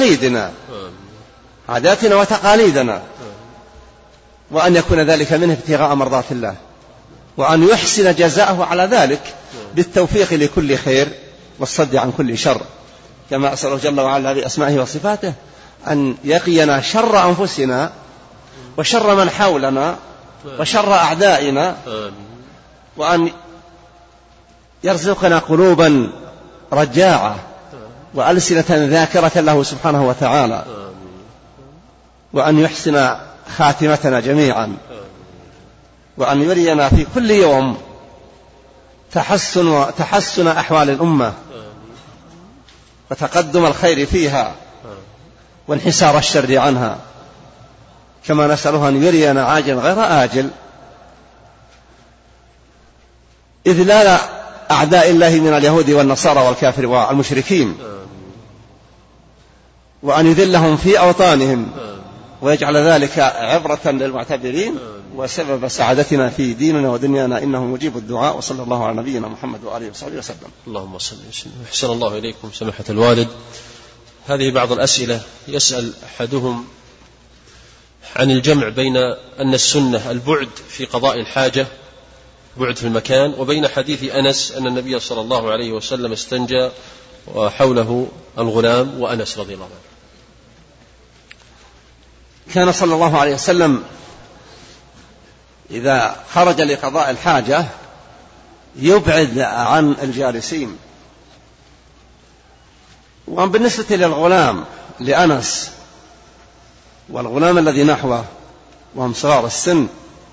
وتقاليدنا، وأن يكون ذلك منه ابتغاء مرضات الله، وأن يحسن جزاءه على ذلك بالتوفيق لكل خير والصد عن كل شر، كما أسأله جل وعلا بأسمائه وصفاته أن يقينا شر أنفسنا وشر من حولنا وشر أعدائنا، وأن يرزقنا قلوبا رجاعة وألسنة ذاكرة له سبحانه وتعالى، وأن يحسن خاتمتنا وأن يرينا في كل يوم تحسن أحوال الأمة وتقدم الخير فيها وانحسار الشر عنها، كما نسأله أن يرينا عاجل غير آجل إذلال أعداء الله من اليهود والنصارى والكافر والمشركين، وأن يذلهم في أوطانهم ويجعل ذلك عبرة للمعتبرين وسبب سعادتنا في ديننا ودنيانا، إنه مجيب الدعاء. وصلى الله على نبينا محمد وآله وصحبه وسلم. اللهم صل وسلم. أحسن الله إليكم سماحة الوالد. هذه بعض الأسئلة. يسأل أحدهم عن الجمع بين أن السنة البعد في قضاء الحاجة، بعد في المكان، وبين حديث أنس أن النبي صلى الله عليه وسلم استنجى وحوله الغلام وأنس رضي الله عنه. كان صلى الله عليه وسلم إذا خرج لقضاء الحاجة يبعد عن الجالسين. وبالنسبة للغلام لأنس والغلام الذي نحوه وهم صغار السن،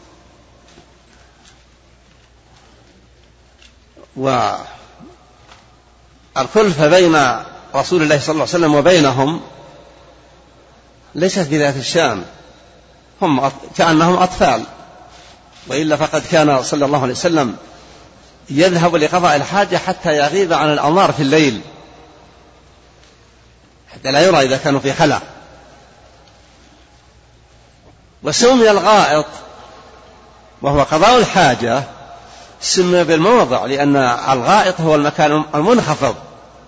والخلفة بين رسول الله صلى الله عليه وسلم وبينهم ليست بذات الشان، هم كأنهم أطفال، وإلا فقد كان صلى الله عليه وسلم يذهب لقضاء الحاجة حتى يغيب عن الأنظار في الليل حتى لا يرى إذا كانوا في خلاء. وسمي الغائط وهو قضاء الحاجة سمي بالموضع، لأن الغائط هو المكان المنخفض،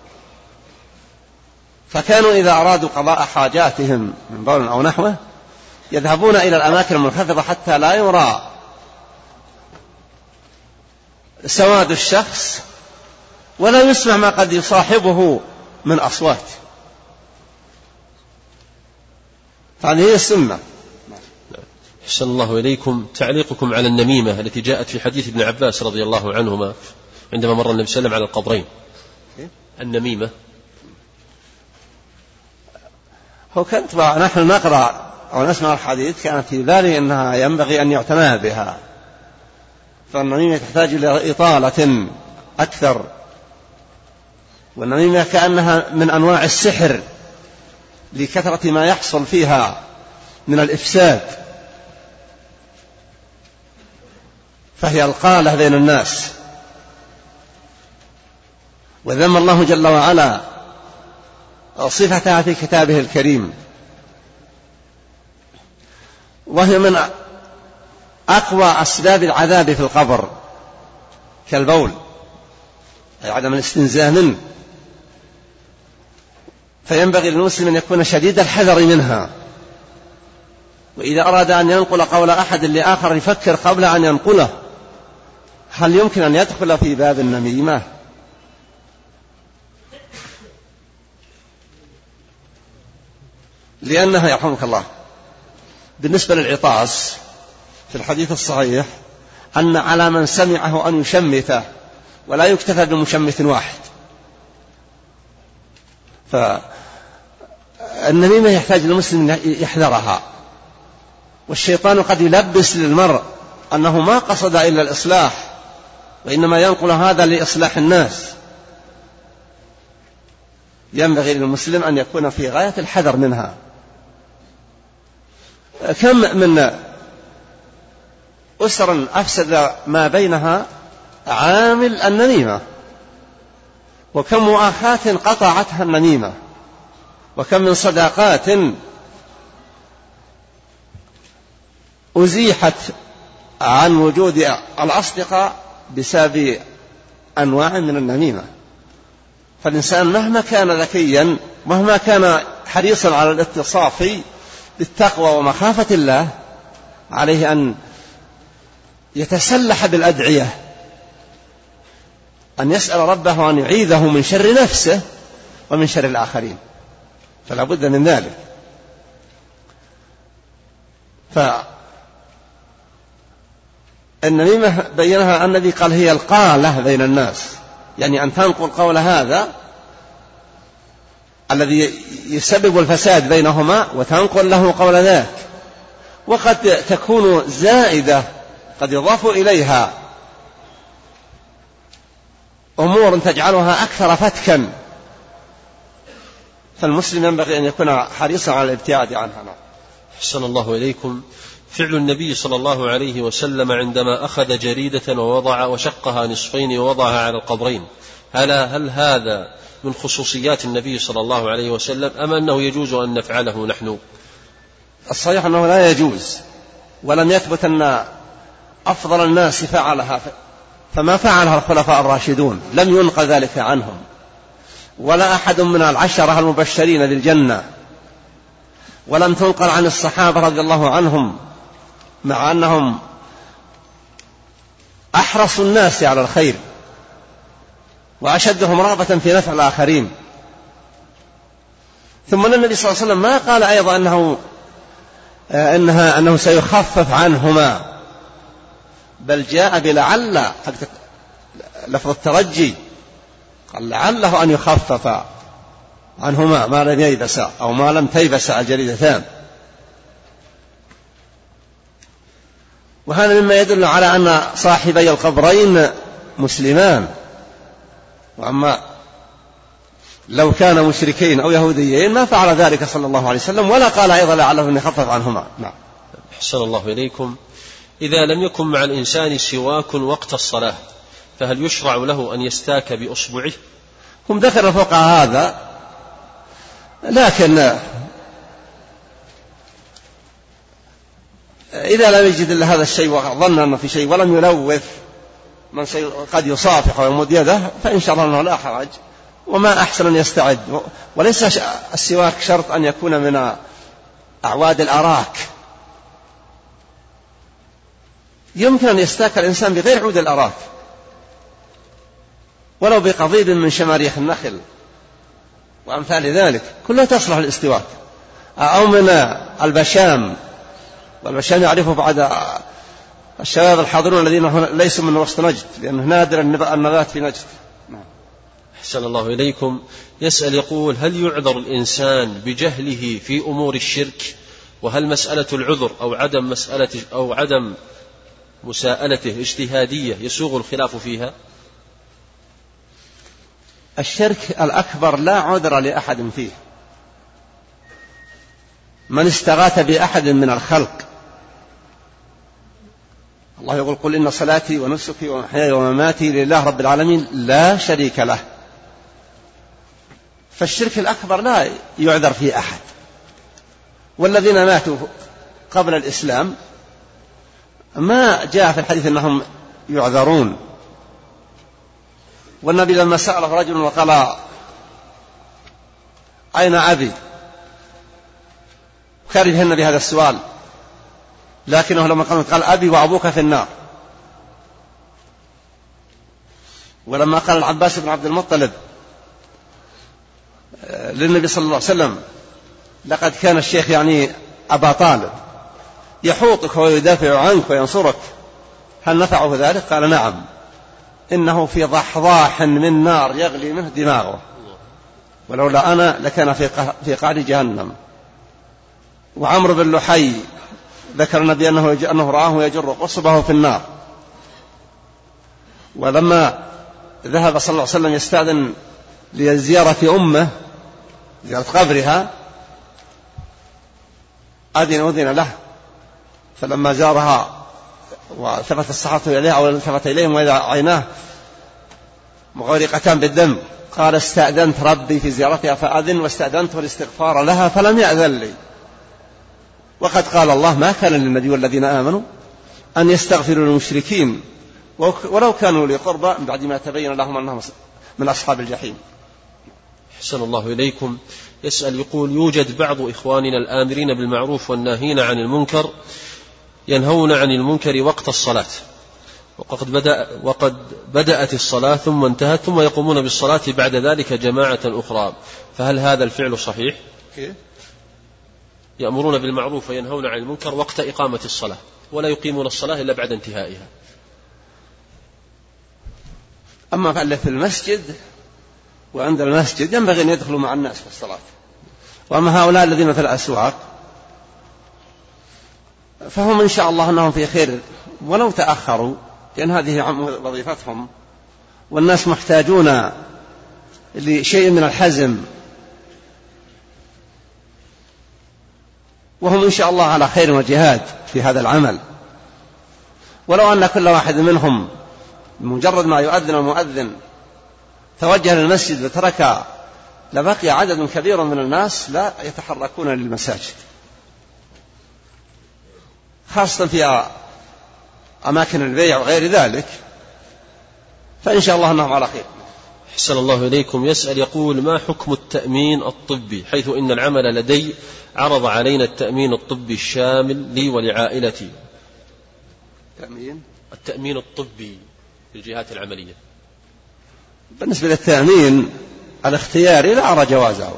فكانوا إذا أرادوا قضاء حاجاتهم من بول أو نحوه يذهبون إلى الأماكن المنخفضة حتى لا يرى سواد الشخص ولا يسمع ما قد يصاحبه من أصوات. هذه هي السنة. أحسن الله إليكم. تعليقكم على النميمة التي جاءت في حديث ابن عباس رضي الله عنهما عندما مر النبي صلى الله عليه وسلم على القبرين. النميمة هو كنت نحن نقرأ أو نسمع الحديث كانت في بالي أنها ينبغي أن يعتنى بها، فالنميمة تحتاج إلى إطالة أكثر، والنميمة كأنها من أنواع السحر لكثرة ما يحصل فيها من الإفساد، فهي القالة بين الناس. وذم الله جل وعلا صفتها في كتابه الكريم، وهي من أقوى أسباب العذاب في القبر كالبول، أي عدم الاستنزاه منه، فينبغي للمسلم أن يكون شديد الحذر منها، وإذا أراد أن ينقل قول أحد لآخر يفكر قبل أن ينقله هل يمكن أن يدخل في باب النميمة. لأنها يرحمك الله بالنسبة للعطاس في الحديث الصحيح أن على من سمعه أن يشمته ولا يكتفى بمشمت واحد. فالنميمة يحتاج المسلم يحذرها، والشيطان قد يلبس للمرء أنه ما قصد إلا الإصلاح، وإنما ينقل هذا لإصلاح الناس. ينبغي للمسلم أن يكون في غاية الحذر منها. كم من أسر أفسد ما بينها عامل النميمة، وكم مؤاخاة قطعتها النميمة، وكم من صداقات أزيحت عن وجود الأصدقاء بسبب أنواع من النميمة. فالإنسان مهما كان ذكيا، مهما كان حريصا على الاتصاف بالتقوى ومخافة الله، عليه أن يتسلح بالأدعية، أن يسأل ربه أن يعيذه من شر نفسه ومن شر الآخرين، فلا بد من ذلك. فالنميمة بينها النبي قال هي القالة بين الناس، يعني أن تنقل قول هذا الذي يسبب الفساد بينهما وتنقل له قول ذاك، وقد تكون زائدة، قد يضاف إليها أمور تجعلها أكثر فتكا، فالمسلم ينبغي أن يكون حريصا على الابتعاد عنها. أحسن الله إليكم. فعل النبي صلى الله عليه وسلم عندما أخذ جريدة وشقها نصفين ووضعها على القبرين، هل هذا من خصوصيات النبي صلى الله عليه وسلم أم أنه يجوز أن نفعله نحن؟ الصحيح أنه لا يجوز، ولم يثبت أن أفضل الناس فعلها، فما فعلها الخلفاء الراشدون، لم ينقل ذلك عنهم، ولا أحد من العشرة المبشرين بالجنة، ولم تنقل عن الصحابة رضي الله عنهم، مع أنهم أحرص الناس على الخير وأشدهم رغبة في نفع الآخرين. ثم النبي صلى الله عليه وسلم ما قال أيضا أنه سيخفف عنهما، بل جاء بلعل، لفظ الترجي، قال لعله أن يخفف عنهما ما لم ييبس أو ما لم تيبس الجريدتان. وهذا مما يدل على أن صاحبي القبرين مسلمان، وأما لو كان مشركين أو يهوديين ما فعل ذلك صلى الله عليه وسلم، ولا قال أيضا لعله أن يخفف عنهما. نعم. أحسن الله إليكم. إذا لم يكن مع الإنسان سواك وقت الصلاة، فهل يشرع له أن يستاك بأصبعه؟ هم ذكر فوق هذا، لكن إذا لم يجد إلا هذا الشيء وظن أنه في شيء ولم يلوث من شيء قد يصافح ويمد يده، فإن شاء الله أنه لا حرج، وما أحسن أن يستعد. وليس السواك شرط أن يكون من أعواد الأراك، يمكن أن يستاك الإنسان بغير عود الأراك، ولو بقضيب من شماريخ النخل وأمثال ذلك، كلها تصلح للاستواك، أو من البشام، والبشام يعرفه بعد الشباب الحاضرون الذين ليسوا من وسط نجد، لأنه نادر النبات في نجد. أحسن الله إليكم. يسأل يقول: هل يعذر الإنسان بجهله في أمور الشرك؟ وهل مسألة العذر أو عدم مساءلته اجتهادية يسوغ الخلاف فيها؟ الشرك الأكبر لا عذر لأحد فيه. من استغاث بأحد من الخلق، الله يقول: قل إن صلاتي ونسكي ومحياي ومماتي لله رب العالمين لا شريك له. فالشرك الأكبر لا يعذر فيه أحد. والذين ماتوا قبل الإسلام ما جاء في الحديث أنهم يعذرون. والنبي لما سأله رجل وقال: أين أبي؟ كره النبي هذا السؤال، لكنه لما قال: أبي وأبوك في النار. ولما قال العباس بن عبد المطلب للنبي صلى الله عليه وسلم: لقد كان الشيخ يعني أبا طالب يحوطك ويدافع عنك وينصرك، هل نفعه ذلك؟ قال: نعم، إنه في ضحضاح من نار يغلي منه دماغه، ولولا أنا لكان في قعر جهنم. وعمرو بن لحي ذكر النبي أنه رآه يجر قصبه في النار. ولما ذهب صلى الله عليه وسلم يستأذن لزيارة أمه، زيارة قبرها، أذن له، فلما زارها والتفت الصحابة إليها أو التفت إليهم وإذا عيناه مغرقتان بالدم، قال: استأذنت ربي في زيارتها فأذن، واستأذنت الاستغفار لها فلم يأذن لي. وقد قال الله: ما كان للنبي والذين آمنوا أن يستغفروا للمشركين ولو كانوا لقربى من بعد ما تبين لهم أنهم من أصحاب الجحيم. أحسن الله إليكم. يسأل يقول: يوجد بعض إخواننا الآمرين بالمعروف والناهين عن المنكر ينهون عن المنكر وقت الصلاة، وقد بدأت الصلاة ثم انتهت، ثم يقومون بالصلاة بعد ذلك جماعة أخرى، فهل هذا الفعل صحيح؟ يأمرون بالمعروف وينهون عن المنكر وقت إقامة الصلاة، ولا يقيمون الصلاة إلا بعد انتهائها. أما فعل في المسجد وعند المسجد ينبغي أن يدخلوا مع الناس في الصلاة. وأما هؤلاء الذين في الأسواق فهم إن شاء الله أنهم في خير ولو تأخروا، لأن هذه وظيفتهم، والناس محتاجون لشيء من الحزم، وهم إن شاء الله على خير وجهاد في هذا العمل. ولو أن كل واحد منهم مجرد ما يؤذن المؤذن توجه للمسجد وترك، لبقي عدد كبير من الناس لا يتحركون للمساجد، خاصة في أماكن البيع وغير ذلك، فإن شاء الله أنهم على خير. أحسن الله إليكم. يسأل يقول: ما حكم التأمين الطبي، حيث إن العمل لدي عرض علينا التأمين الطبي الشامل لي ولعائلتي؟ التأمين الطبي في الجهات العملية. بالنسبة للتأمين الاختياري لا أرى جوازه،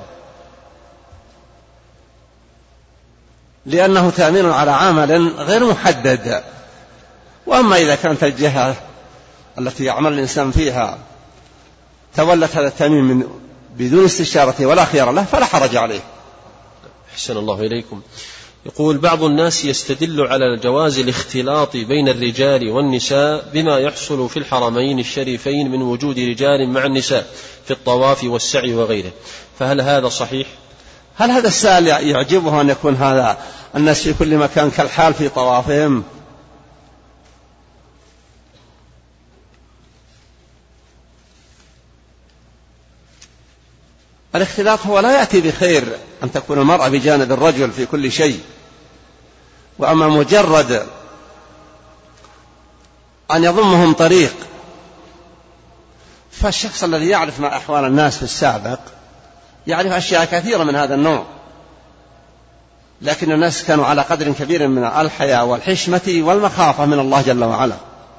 لأنه تأمين على عمل غير محدد. وأما إذا كانت الجهة التي يعمل الإنسان فيها تولت هذا التأمين بدون استشارته ولا خيار له فلا حرج عليه. أحسن الله إليكم. يقول: بعض الناس يستدل على جواز الاختلاط بين الرجال والنساء بما يحصل في الحرمين الشريفين من وجود رجال مع النساء في الطواف والسعي وغيره، فهل هذا صحيح؟ هل هذا السائل يعجبه أن يكون هذا الناس في كل مكان كالحال في طوافهم؟ الاختلاط هو لا يأتي بخير أن تكون المرأة بجانب الرجل في كل شيء. وأما مجرد أن يضمهم طريق، فالشخص الذي يعرف ما أحوال الناس في السابق يعرف أشياء كثيرة من هذا النوع، لكن الناس كانوا على قدر كبير من الحياء والحشمة والمخافة من الله جل وعلا.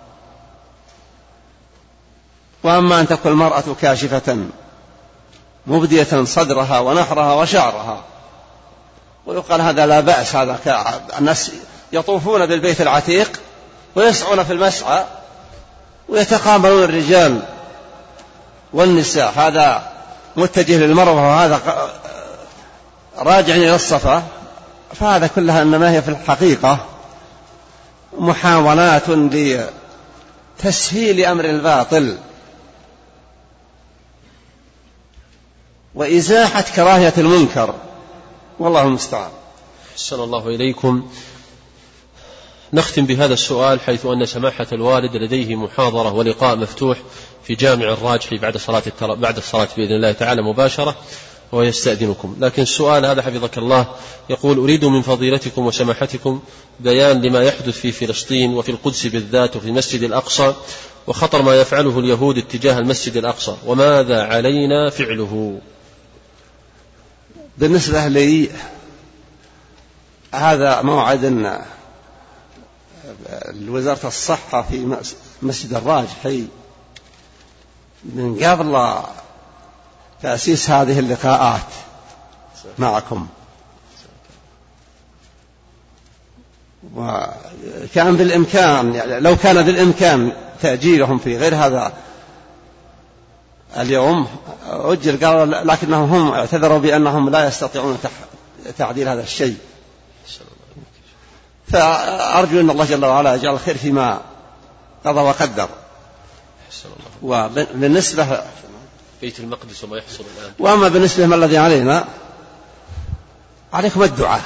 وأما أن تكون المرأة كاشفة مبدية صدرها ونحرها وشعرها ويقال هذا لا بأس، هذا الناس يطوفون بالبيت العتيق ويسعون في المسعى ويتقابلون الرجال والنساء، هذا متجه للمروة وهذا راجع إلى الصفا، فهذا كلها إنما هي في الحقيقة محاولات لتسهيل أمر الباطل وإزاحة كراهية المنكر، والله المستعان. أحسن الله إليكم. نختم بهذا السؤال، حيث أن سماحة الوالد لديه محاضرة ولقاء مفتوح في جامع الراجحي بعد الصلاة بإذن الله تعالى مباشرة، ويستأذنكم. لكن السؤال هذا حفظك الله يقول: أريد من فضيلتكم وسماحتكم بيان لما يحدث في فلسطين وفي القدس بالذات وفي المسجد الأقصى، وخطر ما يفعله اليهود اتجاه المسجد الأقصى، وماذا علينا فعله؟ بالنسبة لي هذا موعد وزارة الصحة في مسجد الراجحي من قبل تأسيس هذه اللقاءات معكم، وكان بالإمكان، يعني لو كان بالإمكان تأجيلهم في غير هذا اليوم أجل، قالوا لكنهم هم اعتذروا بأنهم لا يستطيعون تعديل هذا الشيء، فأرجو أن الله جل وعلا يجعل الخير فيما قضى وقدر. وبالنسبة بيت المقدس وما يحصل الآن، وأما بالنسبة ما الذي علينا، عليكم الدعاء.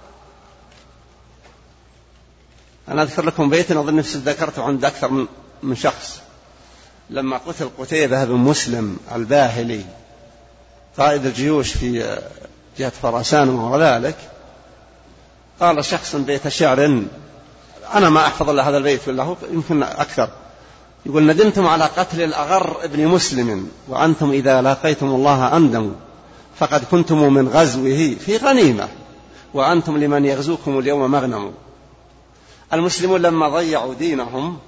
أنا أذكر لكم بيتا أظن نفسي ذكرته عند أكثر من شخص، لما قتل قتيبة بن مسلم الباهلي قائد الجيوش في جهة خراسان وذلك، قال شخص بيت شعر، أنا ما أحفظ إلا هذا البيت ولا هو يمكن أكثر، يقول: ندمتم على قتل الأغر ابن مسلم، وأنتم إذا لاقيتم الله أندموا، فقد كنتم من غزوه في غنيمة، وأنتم لمن يغزوكم اليوم مغنم. المسلمون لما ضيعوا دينهم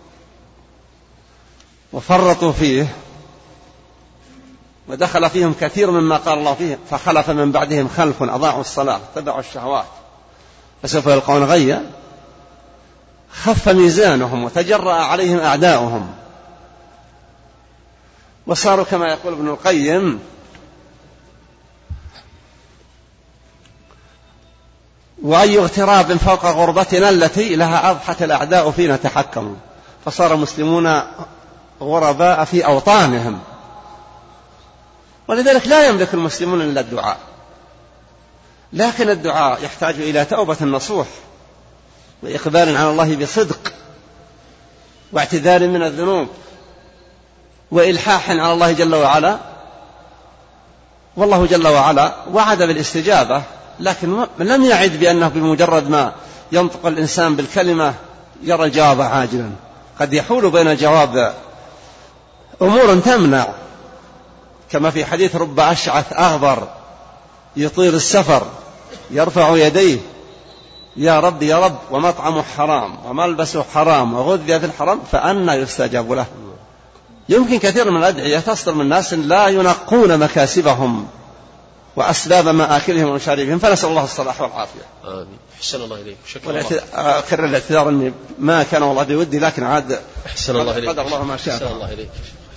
وفرطوا فيه ودخل فيهم كثير مما قال الله فيه، فخلف من بعدهم خلف أضاعوا الصلاة اتبعوا الشهوات فسوف يلقون غيا، خف ميزانهم وتجرأ عليهم أعداؤهم، وصاروا كما يقول ابن القيم: وأي اغتراب فوق غربتنا التي لها أضحت الأعداء فينا تحكموا، فصار المسلمون غرباء في أوطانهم. ولذلك لا يملك المسلمون إلا الدعاء، لكن الدعاء يحتاج إلى توبة نصوح وإقبال على الله بصدق واعتذار من الذنوب وإلحاح على الله جل وعلا، والله جل وعلا وعد بالاستجابة، لكن لم يعد بأنه بمجرد ما ينطق الإنسان بالكلمة يرى الجواب عاجلا، قد يحول بين الجواب أمور تمنع، كما في حديث: رب أشعث أغبر يطير السفر يرفع يديه: يا رب يا رب، ومطعمه حرام وملبسه حرام وغذي في الحرام فأنى يستجاب له. يمكن كثير من الأدعية تصدر من الناس لا ينقون مكاسبهم وأسباب مآكلهم ومشاربهم، فنسأل الله الصلاح والعافية. آمين. أحسن الله إليك. شكرا الله. أكرر الاعتذار أني ما كان والله بودي، لكن عاد أحسن الله إليك. قدر الله ما شاء. أحسن الله إليك.